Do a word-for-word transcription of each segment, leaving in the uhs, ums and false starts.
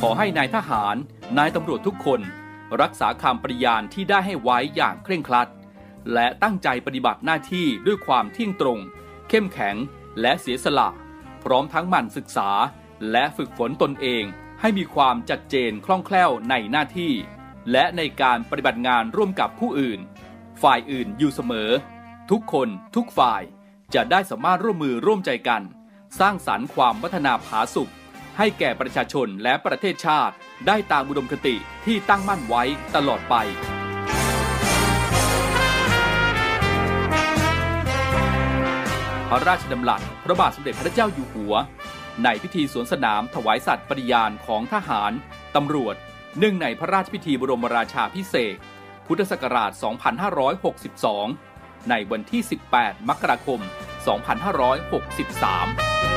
อให้นายทหารนายตำรวจทุกคนรักษาคำปฏิญาณที่ได้ให้ไว้อย่างเคร่งครัดและตั้งใจปฏิบัติหน้าที่ด้วยความเที่ยงตรงเข้มแข็งและเสียสละพร้อมทั้งหมั่นศึกษาและฝึกฝนตนเองให้มีความชัดเจนคล่องแคล่วในหน้าที่และในการปฏิบัติงานร่วมกับผู้อื่นฝ่ายอื่นอยู่เสมอทุกคนทุกฝ่ายจะได้สามารถร่วมมือร่วมใจกันสร้างสรรค์ความพัฒนาผาสุกให้แก่ประชาชนและประเทศชาติได้ตามอุดมคติที่ตั้งมั่นไว้ตลอดไปพระราชดำรัสพระบาทสมเด็จพระเจ้าอยู่หัวในพิธีสวนสนามถวายสัตย์ปฏิญาณของทหารตำรวจเนื่องในพระราชพิธีบรมราชาภิเษกพุทธศักราช สองพันห้าร้อยหกสิบสอง ในวันที่ สิบแปด มกราคม สองพันห้าร้อยหกสิบสาม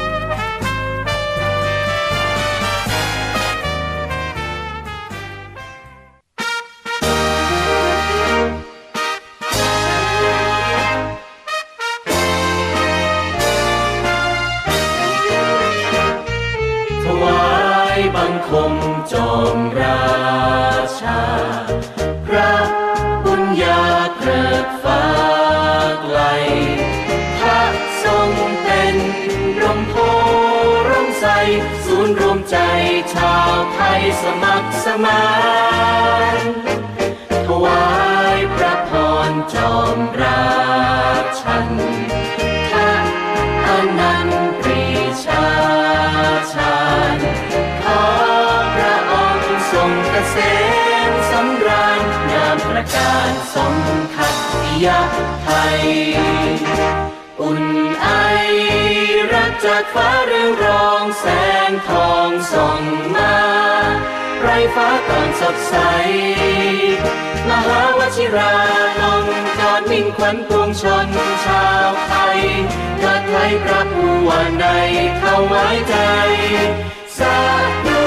บังคมจอมราชาพระบุญญาเกิดฟ้าไกลพระทรงเป็นร่มโพร่มใสศูนย์รวมใจชาวไทยสมัครสมานถวายพระพรจอมราชันทะอนันต์ปรีชาชาญเกษมสำราญงามประการสมคัตติยไทยอุ่นไอรักจากฟ้าเรืองรองแสงทองส่องมาไรฟ้าก่อนสดใสมหาวชิราลงกอดมิ่งขวัญปวงชนชาวไทยเกิดไทยพระผู้ว่าในเข้าไว้ใจสาธุ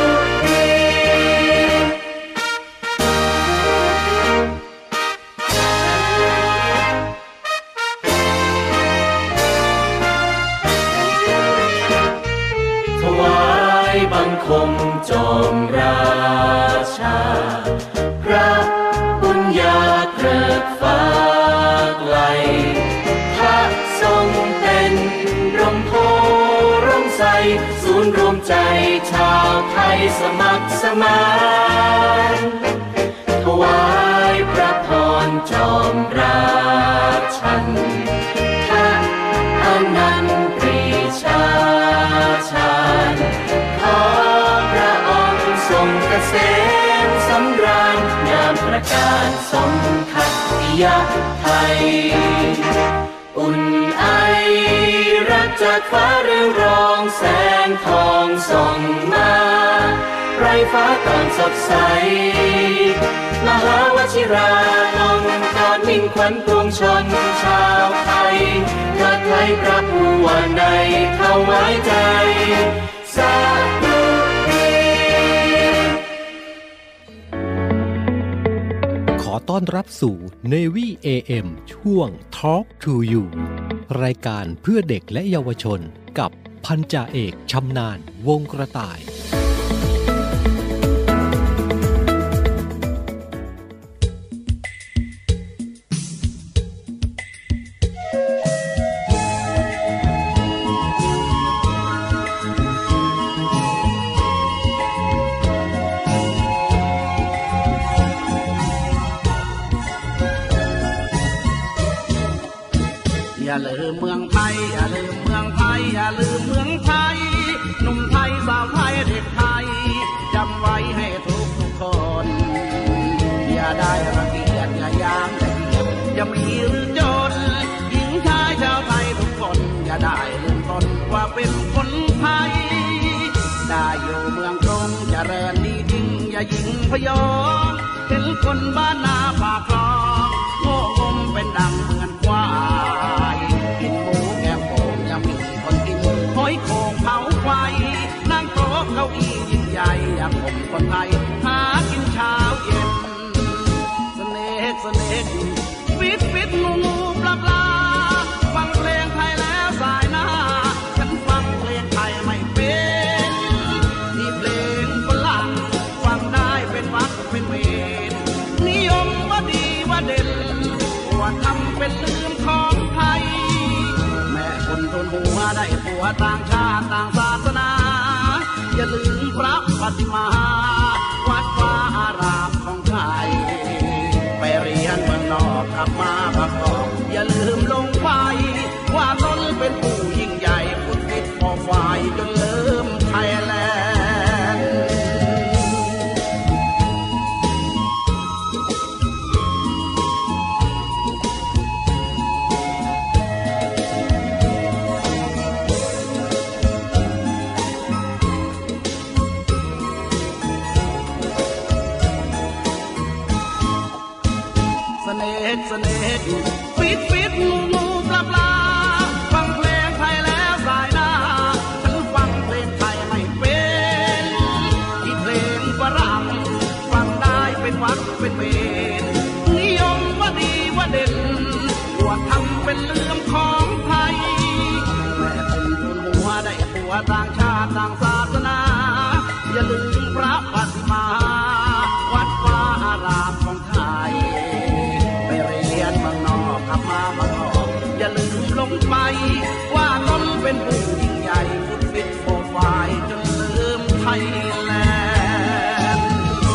บังคมจอมราชาพระบุญญาเกิดฟ้าไกลพระทรงเป็นร่มโพร่มใสศูนย์รวมใจชาวไทยสมัครสมานถวายพระพรจอมราชันทะอนันต์ปรีชาชาญขอพระองค์ทรงเกษมสำราญงามประการสมคัตติยไทยอุ่นไอรักจากฟ้าเรืองรองแสงทองส่องมาไรฟ้าก่อนสดใสมหาวชิราลงกอดมิ่งขวัญปวงชนชาวไทยเกิดไทยพระผู้ว่าในเข้าไว้ใจสาธุขอต้อนรับสู่ Navy เอ เอ็ม ช่วง Talk to You รายการเพื่อเด็กและเยาวชนกับพันจ่าเอกชำนาญวงกระต่ายอย่าลืมเมืองไทยอย่าลืมเมืองไทยอย่าลืมเมืองไทยหนุ่มไทยสาวไทยเด็กไทยจำไว้ให้ทุกทุกคนอย่าได้รังเกียจอย่ายามอย่าเหยียดอย่ามีหรือจนหญิงชายชาวไทยทุกคนอย่าได้ลืมตนว่าเป็นคนไทยได้อยู่เมืองกรุงเจริญดีจริงอย่าหญิงพยองเห็นคนบ้านนาปากคลองโง่งมเป็นดังเหมือนควายกินหมูแกงโป่งยังมีคนกินหอยโข่งเผาไฟนั่งโต๊ะเก้าอี้ยิ่งใหญ่อยากผมคนไทยหากินเช้าเย็นเสน่ห์เสน่ห์อยู่ฟิตฟิตงูงูปลาปลาฟังเพลงไทยแล้วสายหน้าฉันฟังเพลงไทยไม่เป็นที่เพลงฝรั่งต่างชาติต่างศาสนาอย่าลืมพระปฏิมาวัดฟ้าอารามของไทยไปเรียนเมืองนอกกลับมาประกอบอย่าลืมลงไปว่าตนเป็นผู้ยิ่งใหญ่พุทธิตพอฝ่ายจนลืมไทยแลนด์เสน่ห์เสน่ห์ฟิตฟิตงูงูปลาปลาฟังเพลงไทยแล้วสายหน้าฉันฟังเพลงไทยไม่เป็นที่เพลงฝรั่งฟังได้เป็นวัดเป็นเวรนิยมว่าดีว่าเด่นว่าทำเป็นเรื่องของไทยแม่คนทุนหัวได้ผัวต่างชาติต่างศาสนาอย่าลืมพระปฏิมาวัดฟ้าอารามของไทยอย่าลืมลงไปว่าตนเป็นผู้ยิ่งใหญ่ฟุตฟิตโปรไฟล์จนลืมไทยแลนด์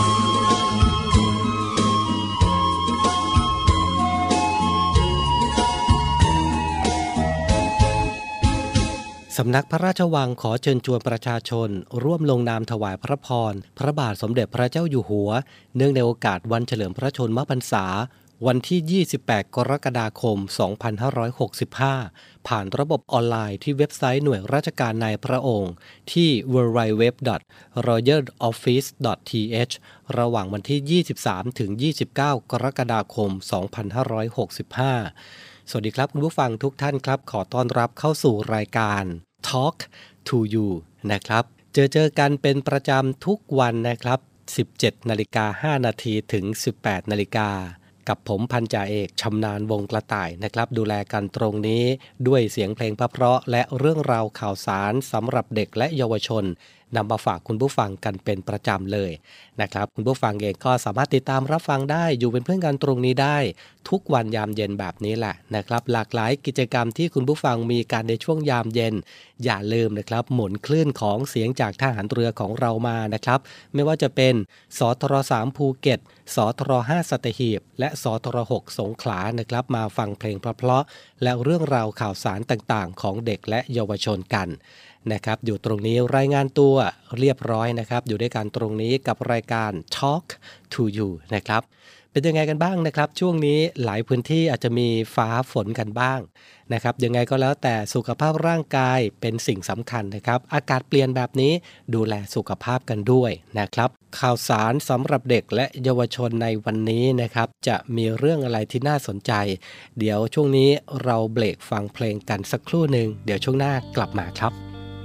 สำนักพระราชวังขอเชิญชวนประชาชนร่วมลงนามถวายพระพรพระบาทสมเด็จพระเจ้าอยู่หัวเนื่องในโอกาสวันเฉลิมพระชนมพรรษาวันที่ยี่สิบแปดกรกฎาคมสองพันห้าร้อยหกสิบห้าผ่านระบบออนไลน์ที่เว็บไซต์หน่วยราชการในพระองค์ที่ ดับเบิลยู ดับเบิลยู ดับเบิลยู ดอท รอยัล ออฟฟิศ ดอท ที เอช ระหว่างวันที่ยี่สิบสามถึงยี่สิบเก้ากรกฎาคมสองพันห้าร้อยหกสิบห้าสวัสดีครับคุณผู้ฟังทุกท่านครับขอต้อนรับเข้าสู่รายการ Talk to You นะครับเจอเจอกันเป็นประจำทุกวันนะครับสิบเจ็ดนาฬิกาห้านาทีถึงสิบแปดนาฬิกากับผมพันจ่าเอกชำนาญวงกระต่ายนะครับดูแลกันตรงนี้ด้วยเสียงเพลงเพราะๆและเรื่องราวข่าวสารสำหรับเด็กและเยาวชนนำมาฝากคุณผู้ฟังกันเป็นประจำเลยนะครับคุณผู้ฟังเองก็สามารถติดตามรับฟังได้อยู่เป็นเพื่อนกันตรงนี้ได้ทุกวันยามเย็นแบบนี้แหละนะครับหลากหลายกิจกรรมที่คุณผู้ฟังมีการในช่วงยามเย็นอย่าลืมนะครับหมุนคลื่นของเสียงจากทหารเรือของเรามานะครับไม่ว่าจะเป็นสทรสามภูเก็ตสทรห้าสัตหีบและสทรหกสงขลานะครับมาฟังเพลงเพราะๆและเรื่องราวข่าวสารต่างๆของเด็กและเยาวชนกันนะครับอยู่ตรงนี้รายงานตัวเรียบร้อยนะครับอยู่ด้วยกันตรงนี้กับรายการ Talk to You นะครับเป็นยังไงกันบ้างนะครับช่วงนี้หลายพื้นที่อาจจะมีฟ้าฝนกันบ้างนะครับยังไงก็แล้วแต่สุขภาพร่างกายเป็นสิ่งสำคัญนะครับอากาศเปลี่ยนแบบนี้ดูแลสุขภาพกันด้วยนะครับข่าวสารสำหรับเด็กและเยาวชนในวันนี้นะครับจะมีเรื่องอะไรที่น่าสนใจเดี๋ยวช่วงนี้เราเบรกฟังเพลงกันสักครู่หนึ่งเดี๋ยวช่วงหน้ากลับมาครับ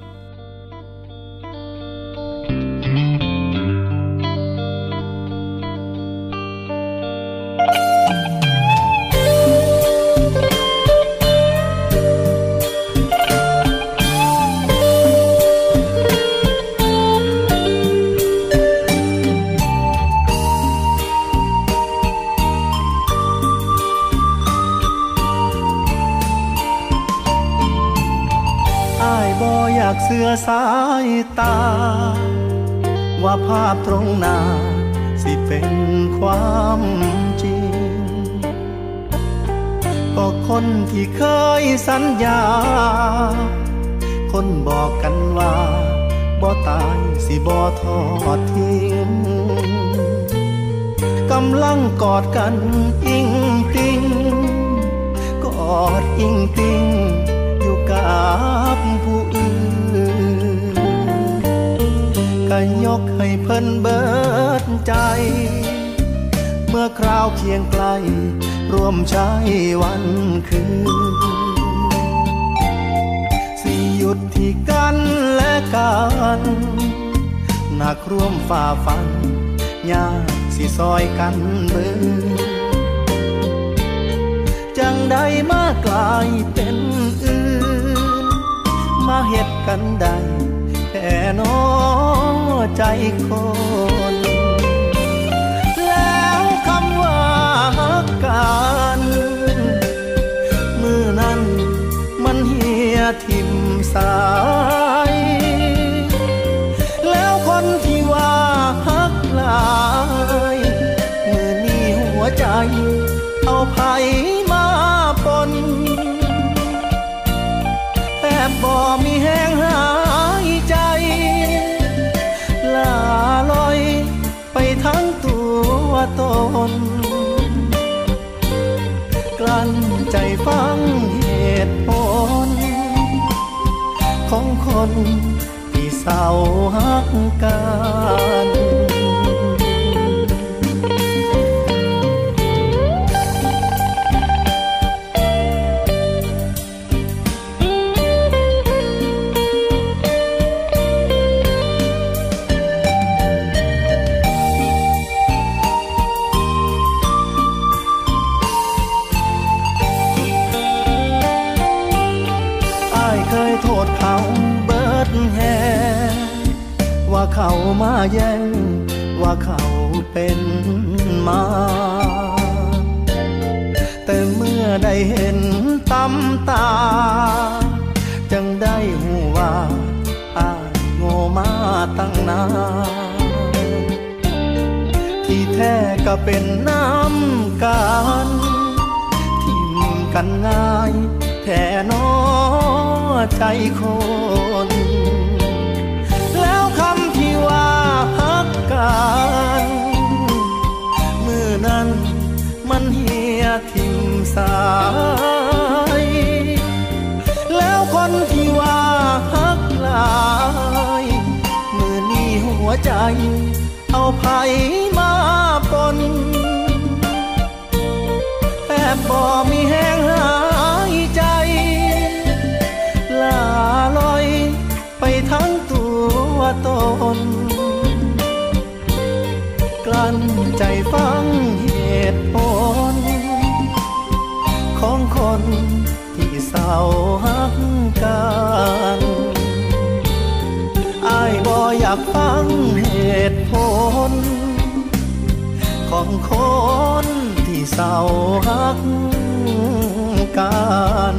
เสื้อสายตาว่าภาพตรงหน้าสิเป็นความจริงก็คนที่เคยสัญญาคนบอกกันว่าบ่ตายสิบ่ทอดทิ้งกำลังกอดกันอิงติงกอดอิงติงอยู่กับผู้อื่นก็ยกให้เพิ่นเบิดใจเมื่อคราวเคียงไกลร่วมใช้วันคืนสิหยุดที่กันและกันหนักร่วมฝ่าฟันยากสิซอยกันเบิดจังใดมากลายเป็นอื่นมาเฮ็ดกันได้แค่น้อใจคนแล้วคำว่าฮักกันมือนั้นมันเหี่ยทิ่มสาคนที่ว่าฮักหลายมือนี้หัวใจเอาไผมาปนแอบบ่มีแห้งหายใจลาลอยไปทั้งตัวตนกลั้นใจฟังเหตุผลของคนที่เศร้าฮักกันโทษเขาเบิดแห่ว่าเขามาแย่งว่าเขาเป็นมาแต่เมื่อได้เห็นตำตาจังได้หูว่าอ้ายโง่มาตั้งนานที่แท้ก็เป็นน้ำกันทิ่มกันง่ายแท้น้อใจคนแล้วคำที่ว่าฮักกันมือนั้นมันเหี่ยทิ่มสายแล้วคนที่ว่าฮักหลายมือนี้หัวใจเอาไผมาปนแอบบ่มีแห้งหายใจลาลอยไปทั้งตัวตนกลั้นใจฟังเหตุผลของคนที่เศร้าฮักกันอ้ายบ่อยากฟังเหตุผลของคนที่เศร้าฮักกัน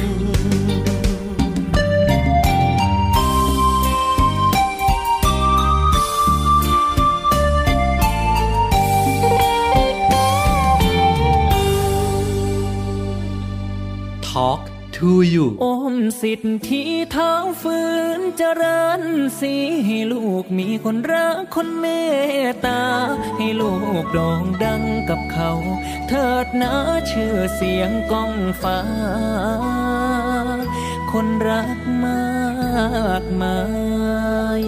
Talk to you โอมสิทธิ์ที่เท้าฝืนเจริญสีให้ลูกมีคนรักคนเมตตาให้ลูกโด่งดังกับเขาเถิดนะชื่อเสียงก้องฟ้าคนรักมากมาย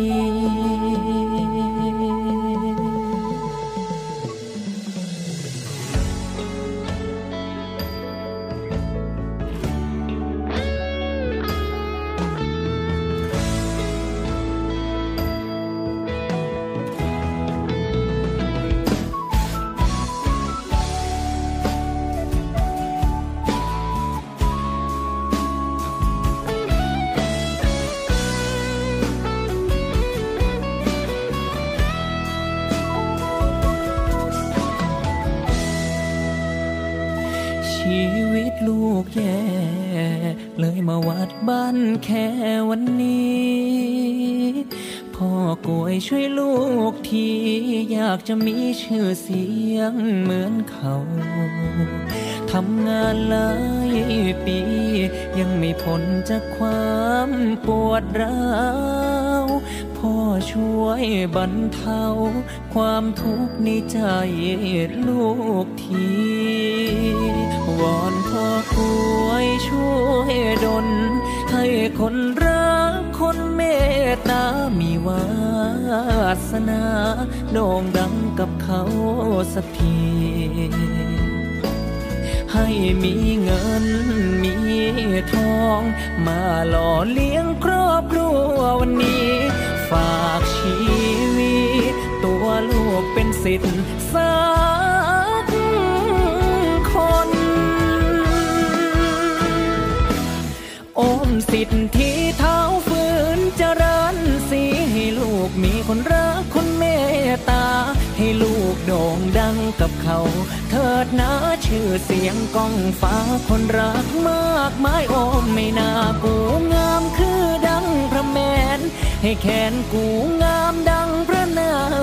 ชีวิตลูกแย่เลยมาวัดบ้านแค่วันนี้พ่อกวยช่วยลูกทีอยากจะมีชื่อเสียงเหมือนเขาทำงานหลายปียังไม่พ้นจากความปวดร้าวพ่อช่วยบรรเทาความทุกข์ในใจลูกทีวอนพ่อกวยช่วยดลให้คนรักคนเมตตามีวาสนาโด่งดังกับเขาสักทีให้มีเงินมีทองมาหล่อเลี้ยงครอบครัววันนี้ฝากชีวิตตัวลูกเป็นศิษย์สักคนโอมสิทธิ์ที่เท้าฝืนเจริญสีให้ลูกมีคนรักคนเมตตาให้ลูกโด่งดังกับเขาเถิดนะชื่อเสียงก้องฟ้าคนรักมากมายโอมไม่น่ากูงามคือดังพระแมนให้แขนกูงามดังพระ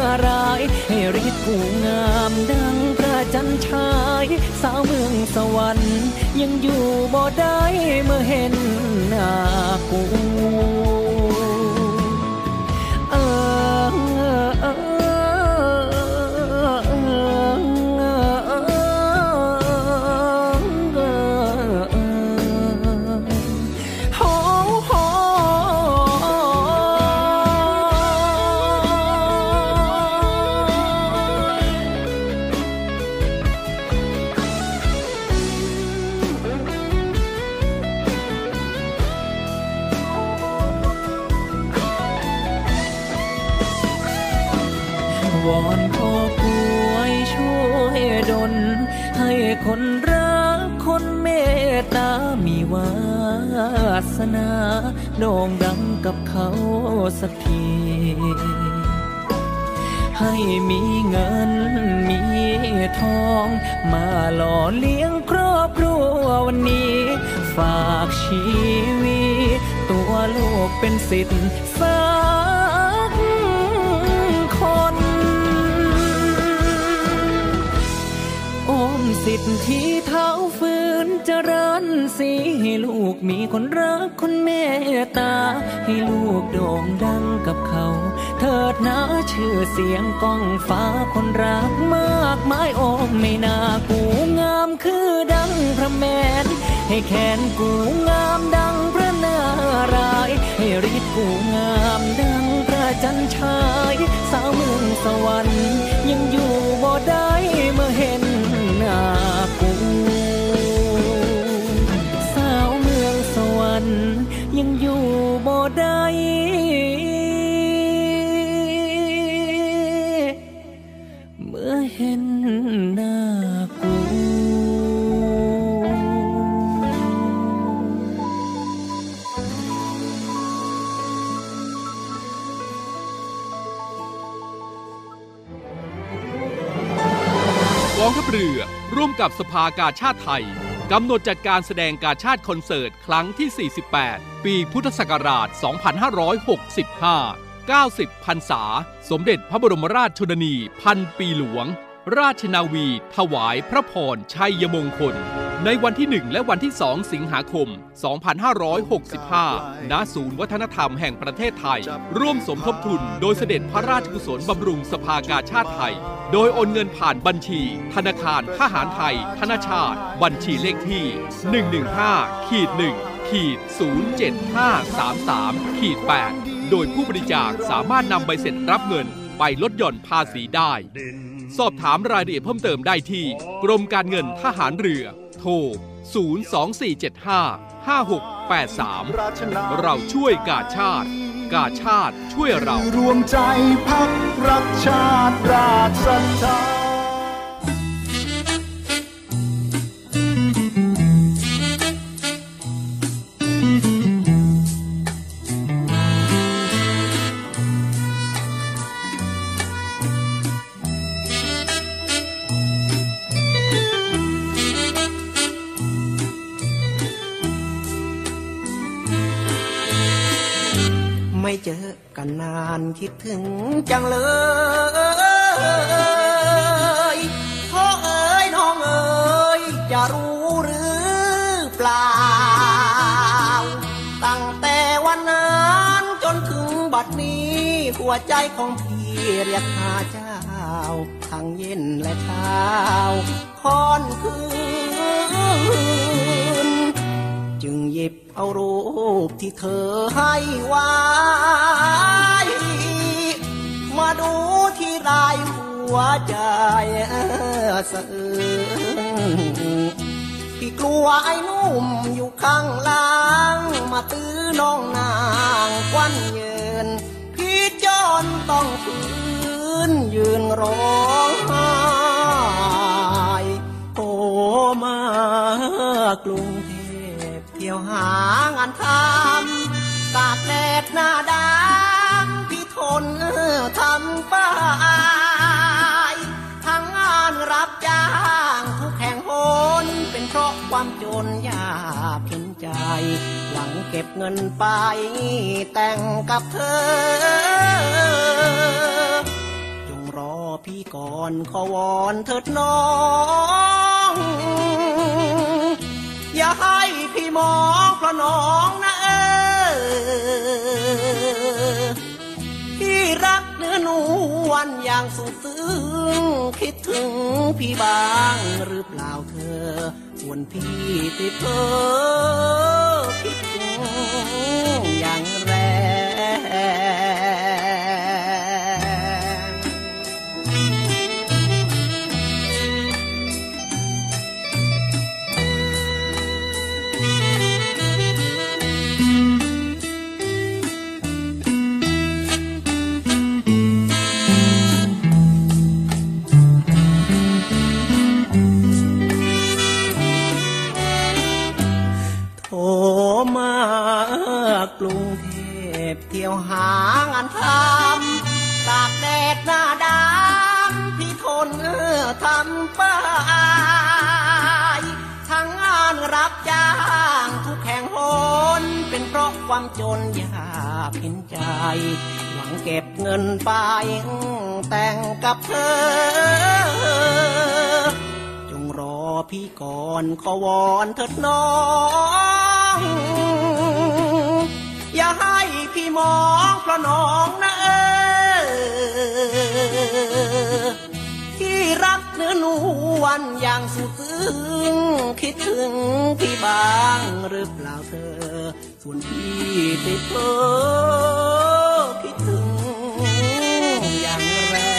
ร้ายให้ฤทธิ์กูงามดังพระจันทร์ฉายสาวเมืองสวรรค์ยังอยู่บ่ได้เมื่อเห็นหน้ากูเออเออวอนพ่อกล้วยช่วยดลให้คนรักคนเมตตามีวาสนาโด่งดังกับเขาสักทีให้มีเงินมีทองมาหล่อเลี้ยงครอบครัววันนี้ฝากชีวิตตัวลูกเป็นศิษย์สักคนโอมสิทธิ์ที่เท้าฟื้นเจริญสีให้ลูกมีคนรักคนเมตตาให้ลูกโด่งดังกับเขาเถิดนะชื่อเสียงก้องฟ้าคนรักมากมายโอมไม่น่ากูงามคือดังพระแมนให้แขนกูงามดังพระนารายณ์ให้ฤทธิ์กูงามดังพระจันทร์ฉายสาวเมืองสวรรค์ยังอยู่บ่ได้เมื่อเห็นหน้ากูสาวเมืองสวรรค์ยังอยู่บ่ได้เมื่อเห็นหน้ากูกองทัพเรือร่วมกับสภากาชาดไทยกำหนดจัดการแสดงกาชาดคอนเสิร์ตครั้งที่ สี่สิบแปด ปีพุทธศักราช สองพันห้าร้อยหกสิบห้า เก้าสิบ พรรษาสมเด็จพระบรมราชชนนีพันปีหลวงราชนาวีถวายพระพรชัยมงคลในวันที่หนึ่งและวันที่สองสิงหาคม สองพันห้าร้อยหกสิบห้า ณ ศูนย์วัฒนธรรมแห่งประเทศไทยร่วมสมทบทุนโดยเสด็จพระราชกุศลบำรุงสภากาชาดไทยโดยโอนเงินผ่านบัญชีธนาคารทหารไทยธนชาติบัญชีเลขที่ หนึ่ง หนึ่ง ห้า หนึ่ง ศูนย์ เจ็ด ห้า สาม สาม แปด โดยผู้บริจาคสามารถนำใบเสร็จรับเงินไปลดหย่อนภาษีได้สอบถามรายละเอียดเพิ่มเติมได้ที่กรมการเงินทหารเรือโทร ศูนย์ สอง สี่ เจ็ด ห้า ห้า หก แปด สาม เราช่วยกาชาดกาชาดช่วยเรารวมใจพักรักชาติราชศรัทธาไม่เจอกันนานคิดถึงจังเลยพ่อเอ๋ยน้องเอ๋ยจะรู้หรือเปล่าตั้งแต่วันนั้นจนถึงบัดนี้หัวใจของพี่เรียกหาเจ้าทั้งเย็นและเช้าค่อนคืนจึงหยิบเอารูปที่เธอให้ไว้มาดูที่รายหัวใจสะอื้นพี่กลัวไอ้นุ่มอยู่ข้างหลังมาตื้อน้องนางควันเยินพี่จนต้องฝืนยืนร้องไห้โอ้มากรุงเทพเที่ยวหางานทำตากแดดหน้าดำพี่ทนทำป้ายทั้งงานรับจ้างทุกแห่งหนเป็นเพราะความจนยากเข็นใจหลังเก็บเงินไปแต่งกับเธอจงอนขอวอนเถิดน้องอย่าให้พี่มองเพราะน้องนะเออพี่รักเนื้อนวลอย่างสุดซึ้งคิดถึงพี่บ้างหรือเปล่าเธอส่วนพี่ติดเธอคิดถึงอย่างแรงกรุงเทพเที่ยวหางานทำตากแดดหน้าดำพี่ทนเออทำไปทั้งงานรับจ้างทุกแห่งหนเป็นเพราะความจนยากเห็นใจหวังเก็บเงินไปแต่งกับเธอจงรอพี่ก่อนขอวอนเถิดน้องอย่าให้พี่มองเพราะน้องนะเออที่รักเนื้อนวลอย่างสุดซึ้งคิดถึงพี่บ้างหรือเปล่าเธอส่วนพี่ติดเธอคิดถึงอย่างแรง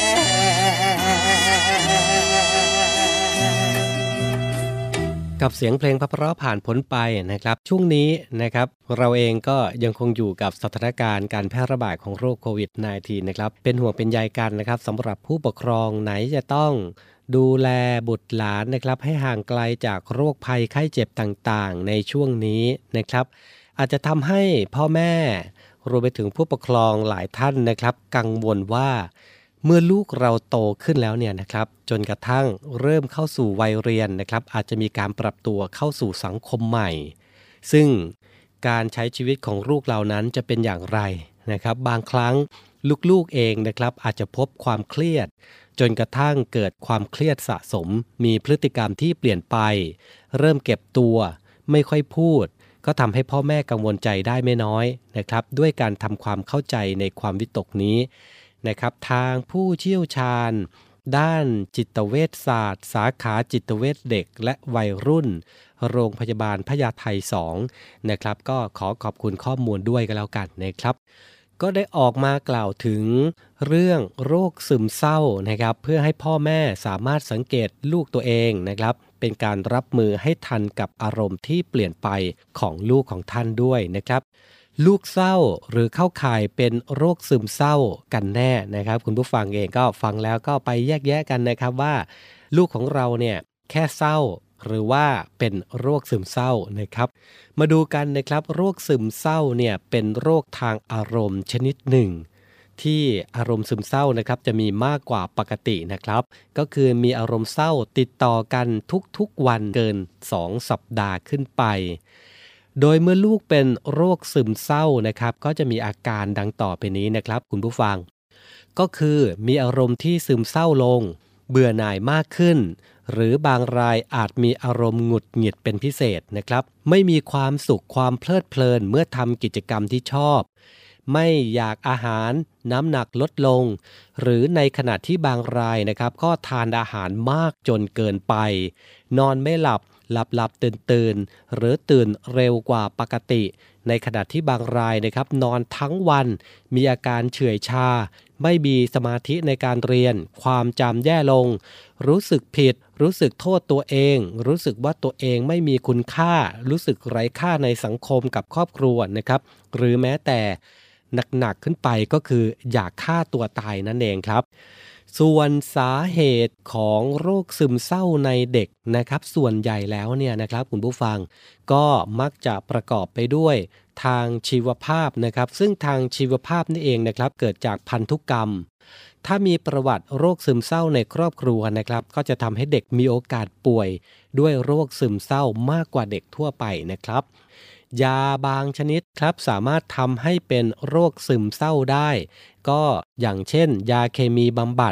กับเสียงเพลงเพราะๆผ่านพ้นไปนะครับช่วงนี้นะครับเราเองก็ยังคงอยู่กับสถานการณ์การแพร่ระบาดของโรคโควิด สิบเก้า นะครับเป็นห่วงเป็นใยกันนะครับสำหรับผู้ปกครองไหนจะต้องดูแลบุตรหลานนะครับให้ห่างไกลจากโรคภัยไข้เจ็บต่างๆในช่วงนี้นะครับอาจจะทำให้พ่อแม่รวมไปถึงผู้ปกครองหลายท่านนะครับกังวลว่าเมื่อลูกเราโตขึ้นแล้วเนี่ยนะครับจนกระทั่งเริ่มเข้าสู่วัยเรียนนะครับอาจจะมีการปรับตัวเข้าสู่สังคมใหม่ซึ่งการใช้ชีวิตของลูกเรานั้นจะเป็นอย่างไรนะครับบางครั้งลูกๆเองนะครับอาจจะพบความเครียดจนกระทั่งเกิดความเครียดสะสมมีพฤติกรรมที่เปลี่ยนไปเริ่มเก็บตัวไม่ค่อยพูดก็ทำให้พ่อแม่กังวลใจได้ไม่น้อยนะครับด้วยการทำความเข้าใจในความวิตกนี้นะครับทางผู้เชี่ยวชาญด้านจิตเวชศาสตร์สาขาจิตเวชเด็กและวัยรุ่นโรงพยาบาลพญาไทสองนะครับก็ขอขอบคุณข้อมูลด้วยกันแล้วกันนะครับก็ได้ออกมากล่าวถึงเรื่องโรคซึมเศร้านะครับเพื่อให้พ่อแม่สามารถสังเกตลูกตัวเองนะครับเป็นการรับมือให้ทันกับอารมณ์ที่เปลี่ยนไปของลูกของท่านด้วยนะครับลูกเศร้าหรือเข้าข่ายเป็นโรคซึมเศร้ากันแน่นะครับคุณผู้ฟังเองก็ฟังแล้วก็ไปแยกแยะกันนะครับว่าลูกของเราเนี่ยแค่เศร้าหรือว่าเป็นโรคซึมเศร้านะครับมาดูกันนะครับโรคซึมเศร้าเนี่ยเป็นโรคทางอารมณ์ชนิดหนึ่งที่อารมณ์ซึมเศร้านะครับจะมีมากกว่าปกตินะครับก็คือมีอารมณ์เศร้าติดต่อกันทุกๆวันเกินสองสัปดาห์ขึ้นไปโดยเมื่อลูกเป็นโรคซึมเศร้านะครับก็จะมีอาการดังต่อไปนี้นะครับคุณผู้ฟังก็คือมีอารมณ์ที่ซึมเศร้าลงเบื่อหน่ายมากขึ้นหรือบางรายอาจมีอารมณ์หงุดหงิดเป็นพิเศษนะครับไม่มีความสุขความเพลิดเพลินเมื่อทำกิจกรรมที่ชอบไม่อยากอาหารน้ำหนักลดลงหรือในขณะที่บางรายนะครับก็ทานอาหารมากจนเกินไปนอนไม่หลับหลับหลับตื่นตื่นหรือตื่นเร็วกว่าปกติในขณะที่บางรายนะครับนอนทั้งวันมีอาการเฉื่อยชาไม่มีสมาธิในการเรียนความจำแย่ลงรู้สึกผิดรู้สึกโทษตัวเองรู้สึกว่าตัวเองไม่มีคุณค่ารู้สึกไร้ค่าในสังคมกับครอบครัวนะครับหรือแม้แต่หนักๆขึ้นไปก็คืออยากฆ่าตัวตายนั่นเองครับส่วนสาเหตุของโรคซึมเศร้าในเด็กนะครับส่วนใหญ่แล้วเนี่ยนะครับคุณผู้ฟังก็มักจะประกอบไปด้วยทางชีวภาพนะครับซึ่งทางชีวภาพนี่เองนะครับเกิดจากพันธุกรรมถ้ามีประวัติโรคซึมเศร้าในครอบครัวนะครับก็จะทำให้เด็กมีโอกาสป่วยด้วยโรคซึมเศร้ามากกว่าเด็กทั่วไปนะครับยาบางชนิดครับสามารถทำให้เป็นโรคซึมเศร้าได้ก็อย่างเช่นยาเคมีบำบัด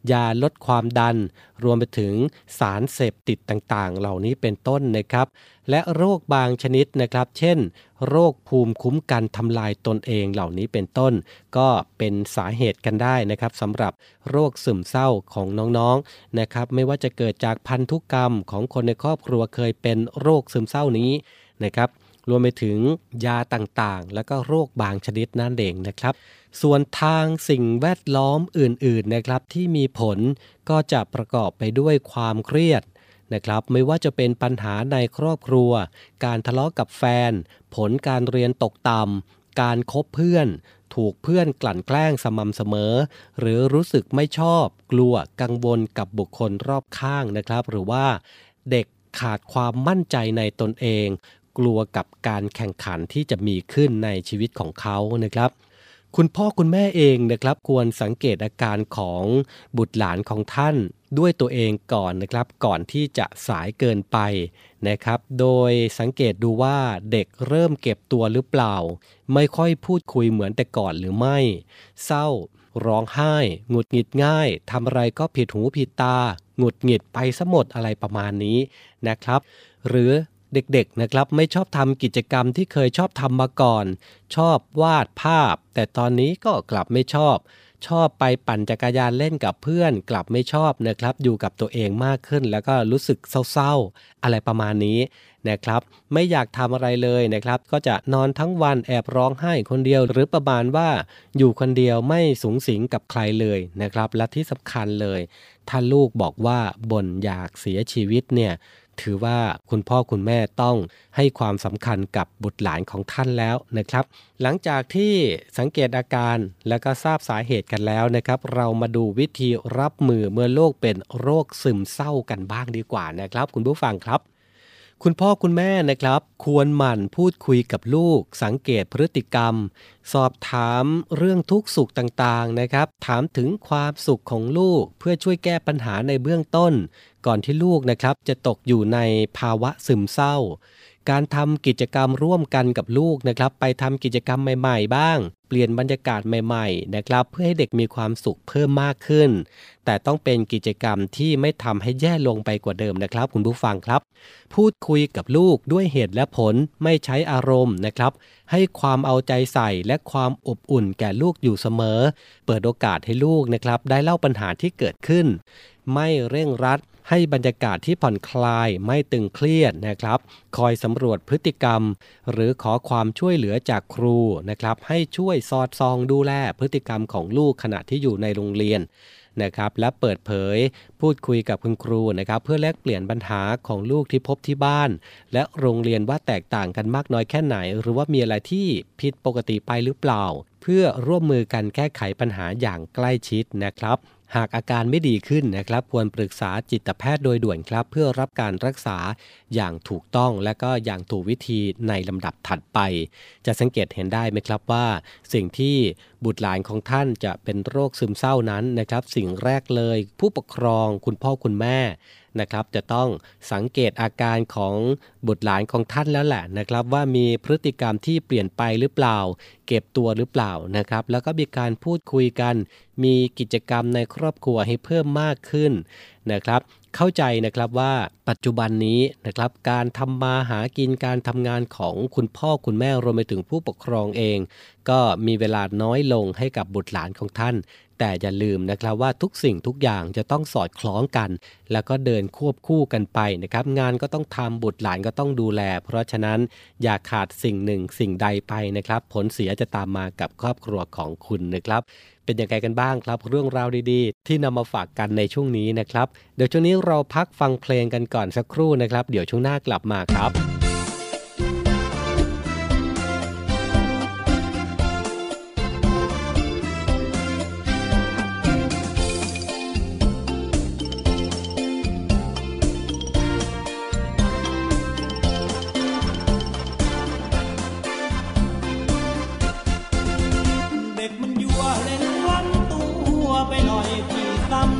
ยาลดความดันรวมไปถึงสารเสพติดต่างๆเหล่านี้เป็นต้นนะครับและโรคบางชนิดนะครับเช่นโรคภูมิคุ้มกันทำลายตนเองเหล่านี้เป็นต้นก็เป็นสาเหตุกันได้นะครับสำหรับโรคซึมเศร้าของน้องๆนะครับไม่ว่าจะเกิดจากพันธุกรรมของคนในครอบครัวเคยเป็นโรคซึมเศร้านี้นะครับรวมไปถึงยาต่างๆแล้วก็โรคบางชนิดนั่นเองนะครับส่วนทางสิ่งแวดล้อมอื่นๆนะครับที่มีผลก็จะประกอบไปด้วยความเครียดนะครับไม่ว่าจะเป็นปัญหาในครอบครัวการทะเลาะกับแฟนผลการเรียนตกต่ำการคบเพื่อนถูกเพื่อนกลั่นแกล้งสม่ำเสมอหรือรู้สึกไม่ชอบกลัวกังวลกับบุคคลรอบข้างนะครับหรือว่าเด็กขาดความมั่นใจในตนเองกลัวกับการแข่งขันที่จะมีขึ้นในชีวิตของเขานะครับคุณพ่อคุณแม่เองนะครับควรสังเกตอาการของบุตรหลานของท่านด้วยตัวเองก่อนนะครับก่อนที่จะสายเกินไปนะครับโดยสังเกตดูว่าเด็กเริ่มเก็บตัวหรือเปล่าไม่ค่อยพูดคุยเหมือนแต่ก่อนหรือไม่เศร้าร้องไห้หงุดหงิดง่ายทำอะไรก็ผิดหูผิดตาหงุดหงิดไปซะหมดอะไรประมาณนี้นะครับหรือเด็กๆนะครับไม่ชอบทำกิจกรรมที่เคยชอบทำมาก่อนชอบวาดภาพแต่ตอนนี้ก็กลับไม่ชอบชอบไปปั่นจักรยานเล่นกับเพื่อนกลับไม่ชอบนะครับอยู่กับตัวเองมากขึ้นแล้วก็รู้สึกเศร้าๆอะไรประมาณนี้นะครับไม่อยากทำอะไรเลยนะครับก็จะนอนทั้งวันแอบร้องไห้คนเดียวหรือประมาณว่าอยู่คนเดียวไม่สุงสิงกับใครเลยนะครับและที่สำคัญเลยถ้าลูกบอกว่าบ่นอยากเสียชีวิตเนี่ยถือว่าคุณพ่อคุณแม่ต้องให้ความสำคัญกับบุตรหลานของท่านแล้วนะครับหลังจากที่สังเกตอาการแล้วก็ทราบสาเหตุกันแล้วนะครับเรามาดูวิธีรับมือเมื่อโรคเป็นโรคซึมเศร้ากันบ้างดีกว่านะครับคุณผู้ฟังครับคุณพ่อคุณแม่นะครับควรหมั่นพูดคุยกับลูกสังเกตพฤติกรรมสอบถามเรื่องทุกข์สุขต่างๆนะครับถามถึงความสุขของลูกเพื่อช่วยแก้ปัญหาในเบื้องต้นก่อนที่ลูกนะครับจะตกอยู่ในภาวะซึมเศร้าการทำกิจกรรมร่วมกันกับลูกนะครับไปทำกิจกรรมใหม่ๆบ้างเปลี่ยนบรรยากาศใหม่ๆนะครับเพื่อให้เด็กมีความสุขเพิ่มมากขึ้นแต่ต้องเป็นกิจกรรมที่ไม่ทำให้แย่ลงไปกว่าเดิมนะครับคุณผู้ฟังครับพูดคุยกับลูกด้วยเหตุและผลไม่ใช้อารมณ์นะครับให้ความเอาใจใส่และความอบอุ่นแก่ลูกอยู่เสมอเปิดโอกาสให้ลูกนะครับได้เล่าปัญหาที่เกิดขึ้นไม่เร่งรัดให้บรรยากาศที่ผ่อนคลายไม่ตึงเครียดนะครับคอยสำรวจพฤติกรรมหรือขอความช่วยเหลือจากครูนะครับให้ช่วยสอดส่องดูแลพฤติกรรมของลูกขณะที่อยู่ในโรงเรียนนะครับและเปิดเผยพูดคุยกับคุณครูนะครับเพื่อแลกเปลี่ยนปัญหาของลูกที่พบที่บ้านและโรงเรียนว่าแตกต่างกันมากน้อยแค่ไหนหรือว่ามีอะไรที่ผิดปกติไปหรือเปล่าเพื่อร่วมมือกันแก้ไขปัญหาอย่างใกล้ชิดนะครับหากอาการไม่ดีขึ้นนะครับควรปรึกษาจิตแพทย์โดยด่วนครับเพื่อรับการรักษาอย่างถูกต้องและก็อย่างถูกวิธีในลำดับถัดไปจะสังเกตเห็นได้ไหมครับว่าสิ่งที่บุตรหลานของท่านจะเป็นโรคซึมเศร้านั้นนะครับสิ่งแรกเลยผู้ปกครองคุณพ่อคุณแม่นะครับจะต้องสังเกตอาการของบุตรหลานของท่านแล้วแหละนะครับว่ามีพฤติกรรมที่เปลี่ยนไปหรือเปล่าเก็บตัวหรือเปล่านะครับแล้วก็มีการพูดคุยกันมีกิจกรรมในครอบครัวให้เพิ่มมากขึ้นนะครับเข้าใจนะครับว่าปัจจุบันนี้นะครับการทำมาหากินการทำงานของคุณพ่อคุณแม่รวมไปถึงผู้ปกครองเองก็มีเวลาน้อยลงให้กับบุตรหลานของท่านแต่อย่าลืมนะครับว่าทุกสิ่งทุกอย่างจะต้องสอดคล้องกันแล้วก็เดินควบคู่กันไปนะครับงานก็ต้องทำบุตรหลานก็ต้องดูแลเพราะฉะนั้นอย่าขาดสิ่งหนึ่งสิ่งใดไปนะครับผลเสียจะตามมากับครอบครัวของคุณนะครับเป็นยังไงกันบ้างครับเรื่องราวดีๆที่นำมาฝากกันในช่วงนี้นะครับเดี๋ยวช่วงนี้เราพักฟังเพลงกันก่อนสักครู่นะครับเดี๋ยวช่วงหน้ากลับมาครับ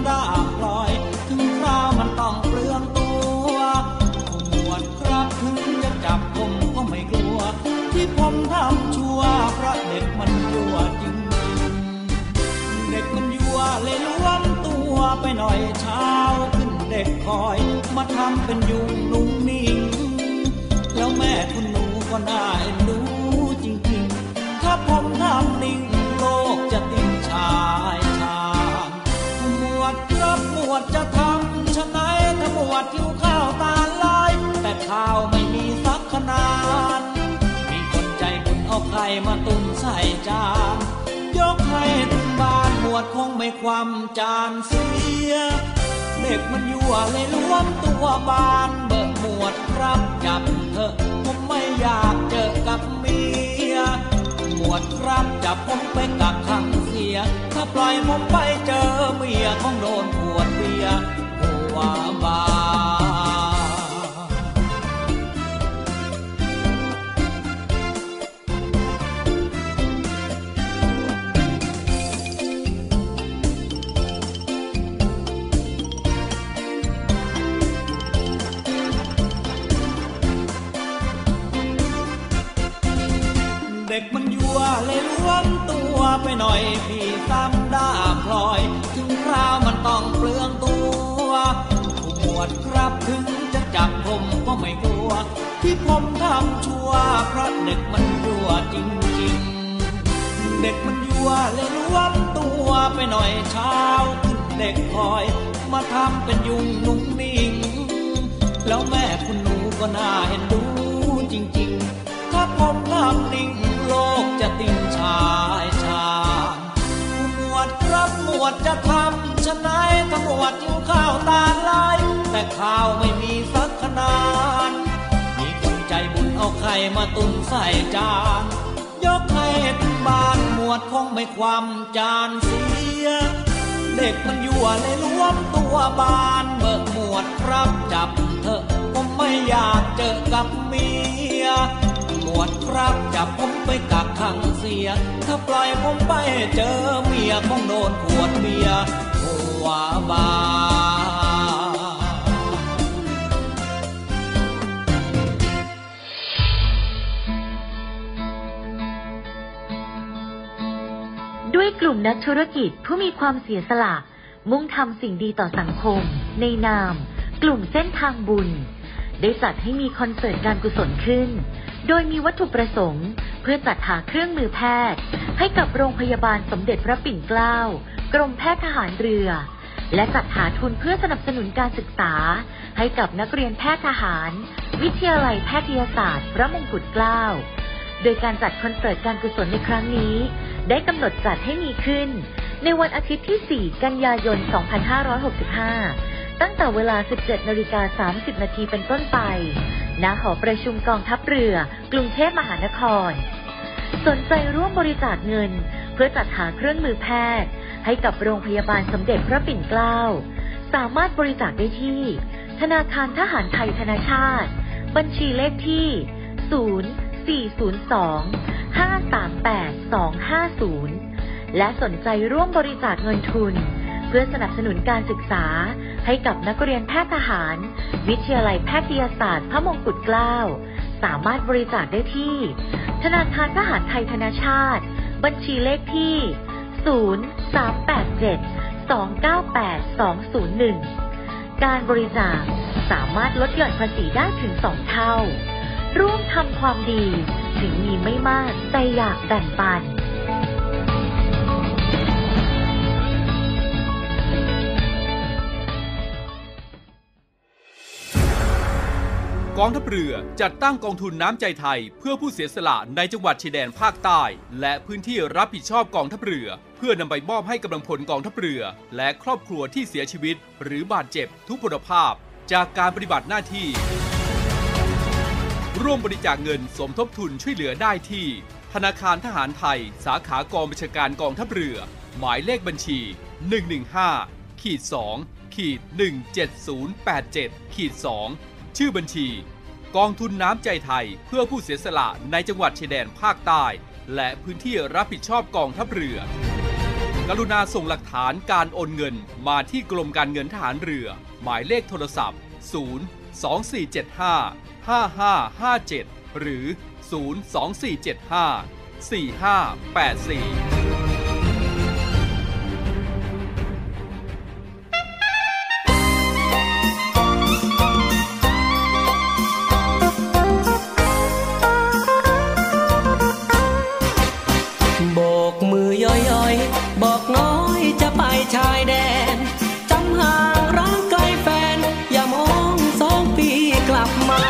ถึงหน่อยเช้าขึ้นเด็กคอยมาทำเป็นยุงนุ่งนิ่งแล้วแม่คุณหนูก็น่าเอ็นดูจริงๆถ้าผมทำนิ่งโลกจะติ่งชายชางหมวดครับหมวดจะทำชะไหนถ้าหมวดหิวข้าวตาลายแต่ข้าวไม่มีสักขนาดมีคนใจบุญเอาไข่มาตุนใส่จานยกให้ถึงบ้านหมวดคงไม่ความจานเสียเด็กมันยั่วเลยล้วมตัวบานเบิกหมวดครับจับเถอะผมไม่อยากเจอกับเมียหมวดครับจับผมไปกักขังเสียถ้าปล่อยผมไปเจอเมียคงโดนขวดเบียร์หัวบาเด็กมันยั่วเลยล้วมตัวไปหน่อยพี่ซ้ำด้าพลอยถึงคราวมันต้องเปลืองตัวผู้หมวดครับถึงจะจับผมก็ไม่กลัวที่ผมทำชั่วเพราะเด็กมันยั่วจริงๆเด็กมันยั่วเลยล้วมตัวไปหน่อยเช้าขึ้นเด็กคอยมาทำเป็นยุงนุ่งนิ่งแล้วแม่คุณหนูก็น่าเห็นดูจริงๆถ้าผมทำนิ่งโลกจะติ่งชายชางหมวดครับหมวดจะทำชะไหนถ้าหมวดหิวข้าวตาลายแต่ข้าวไม่มีสักขนาดมีคนใจบุญเอาไข่มาตุนใส่จานยกให้ถึงบ้านหมวดคงไม่ความจานเสียเด็กมันยั่วเลยล้วมตัวบานเบิกหมวดครับจับเถอะผมไม่อยากเจอกับเมียหมวดครับจับผมไปกักขังเสียถ้าปล่อยผมไปเจอเมียคงโดนขวดเบียร์หัวบาด้วยกลุ่มนักธุรกิจผู้มีความเสียสละมุ่งทำสิ่งดีต่อสังคมในนามกลุ่มเส้นทางบุญได้จัดให้มีคอนเสิร์ตการกุศลขึ้นโดยมีวัตถุประสงค์เพื่อจัดหาเครื่องมือแพทย์ให้กับโรงพยาบาลสมเด็จพระปิ่นเกล้ากรมแพทย์ทหารเรือและจัดหาทุนเพื่อสนับสนุนการศึกษาให้กับนักเรียนแพทย์ทหารวิทยาลัยแพทยศาสตร์พระมงกุฎเกล้าโดยการจัดคอนเสิร์ตการกุศลในครั้งนี้ได้กำหนดจัดให้มีขึ้นในวันอาทิตย์ที่สี่กันยายนสองพันห้าร้อยหกสิบห้าตั้งแต่เวลา สิบเจ็ดนาฬิกาสามสิบนาทีเป็นต้นไปณหอประชุมกองทัพเรือกรุงเทพมหานครสนใจร่วมบริจาคเงินเพื่อจัดหาเครื่องมือแพทย์ให้กับโรงพยาบาลสมเด็จพระปิ่นเกล้าสามารถบริจาคได้ที่ธนาคารทหารไทยธนชาติบัญชีเลขที่ศูนย์ สี่ ศูนย์ สอง ห้า สาม แปด สอง ห้า ศูนย์และสนใจร่วมบริจาคเงินทุนเพื่อสนับสนุนการศึกษาให้กับนักเรียนแพทย์ทหารวิทยาลัยแพทยศาสตร์พระมงกุฎเกล้าสามารถบริจาคได้ที่ธนาคารทหารไทยธนชาติบัญชีเลขที่ศูนย์ สาม แปด เจ็ด สอง เก้า แปด สอง ศูนย์ หนึ่งการบริจาคสามารถลดหย่อนภาษีได้ถึงสองเท่าร่วมทำความดีถึงมีไม่มากแต่อยากแบ่งปันกองทัพเรือจัดตั้งกองทุนน้ำใจไทยเพื่อผู้เสียสละในจังหวัดชายแดนภาคใต้และพื้นที่รับผิดชอบกองทัพเรือเพื่อนำไปมอบให้กำลังพลกองทัพเรือและครอบครัวที่เสียชีวิตหรือบาดเจ็บทุกพลภาพจากการปฏิบัติหน้าที่ร่วมบริจาคเงินสมทบทุนช่วยเหลือได้ที่ธนาคารทหารไทยสาขากองบัญชาการกองทัพเรือหมายเลขบัญชี หนึ่ง หนึ่ง ห้า สอง หนึ่ง เจ็ด ศูนย์ แปด เจ็ด สองชื่อบัญชีกองทุนน้ำใจไทยเพื่อผู้เสียสละในจังหวัดชายแดนภาคใต้และพื้นที่รับผิดชอบกองทัพเรือกรุณาส่งหลักฐานการโอนเงินมาที่กรมการเงินทหารเรือหมายเลขโทรศัพท์ศูนย์ สอง สี่ เจ็ด ห้า ห้า ห้า ห้า เจ็ดหรือศูนย์ สอง สี่ เจ็ด ห้า สี่ ห้า แปด สี่ชายแดนจำห่างรักไกลแฟนอย่ามองสองปีกลับมา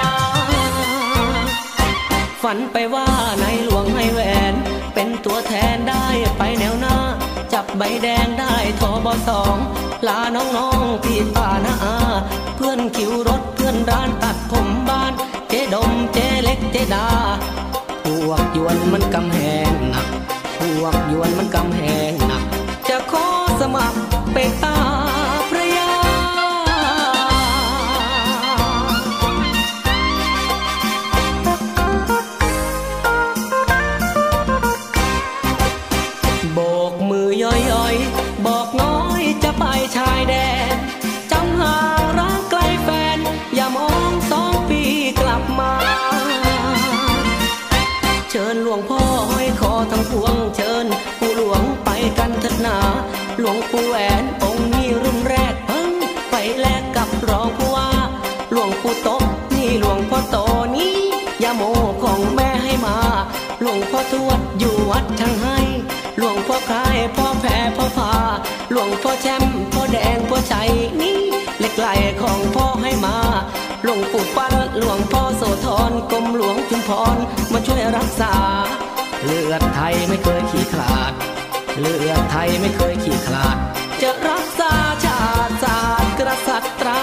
ฝันไปว่าในหลวงให้แหวนเป็นตัวแทนได้ไปแนวหน้าจับใบแดงได้ทบสองลาน้องๆพี่ป้าน้าอาเพื่อนคิวรถเพื่อนร้านตัดผมบ้านเจ๊ดมเจ๊เล็กเจ๊ดาพวกยวนมันกำแหงหนักพวกยวนมันกำแหงหนักจะขอสมัครเป็นตาพระยาโบกมือย่อยๆบอกน้อยจะไปชายแดนจำห่างรักไกลแฟนอย่ามองสองปีกลับมาเชิญหลวงพ่อห้อยคอทั้งพวงเชิญปู่หลวงไปกันเถิดหนาหลวงปู่แหวนองค์นี้รุ่นแรกเพิ่งไปแลกกับรองผู้ว่าหลวงปู่โตนี่หลวงพ่อโตนี้ยาโมของแม่ให้มาหลวงพ่อทวดอยู่วัดช่างให้หลวงพ่อคายพ่อแผ่พ่อพาหลวงพ่อแชมพ่อแดงพ่อชัยนี่เหล็กไหลของพ่อให้มาหลวงปู่ปั้นหลวงพ่อโสธรกรมหลวงชุมพรมาช่วยรักษาเลือดไทยไม่เคยขี้ขลาดเลือดไทยไม่เคยขี้ขลาดจะรักษาชาติศาสตร์กษัตริย์ตรา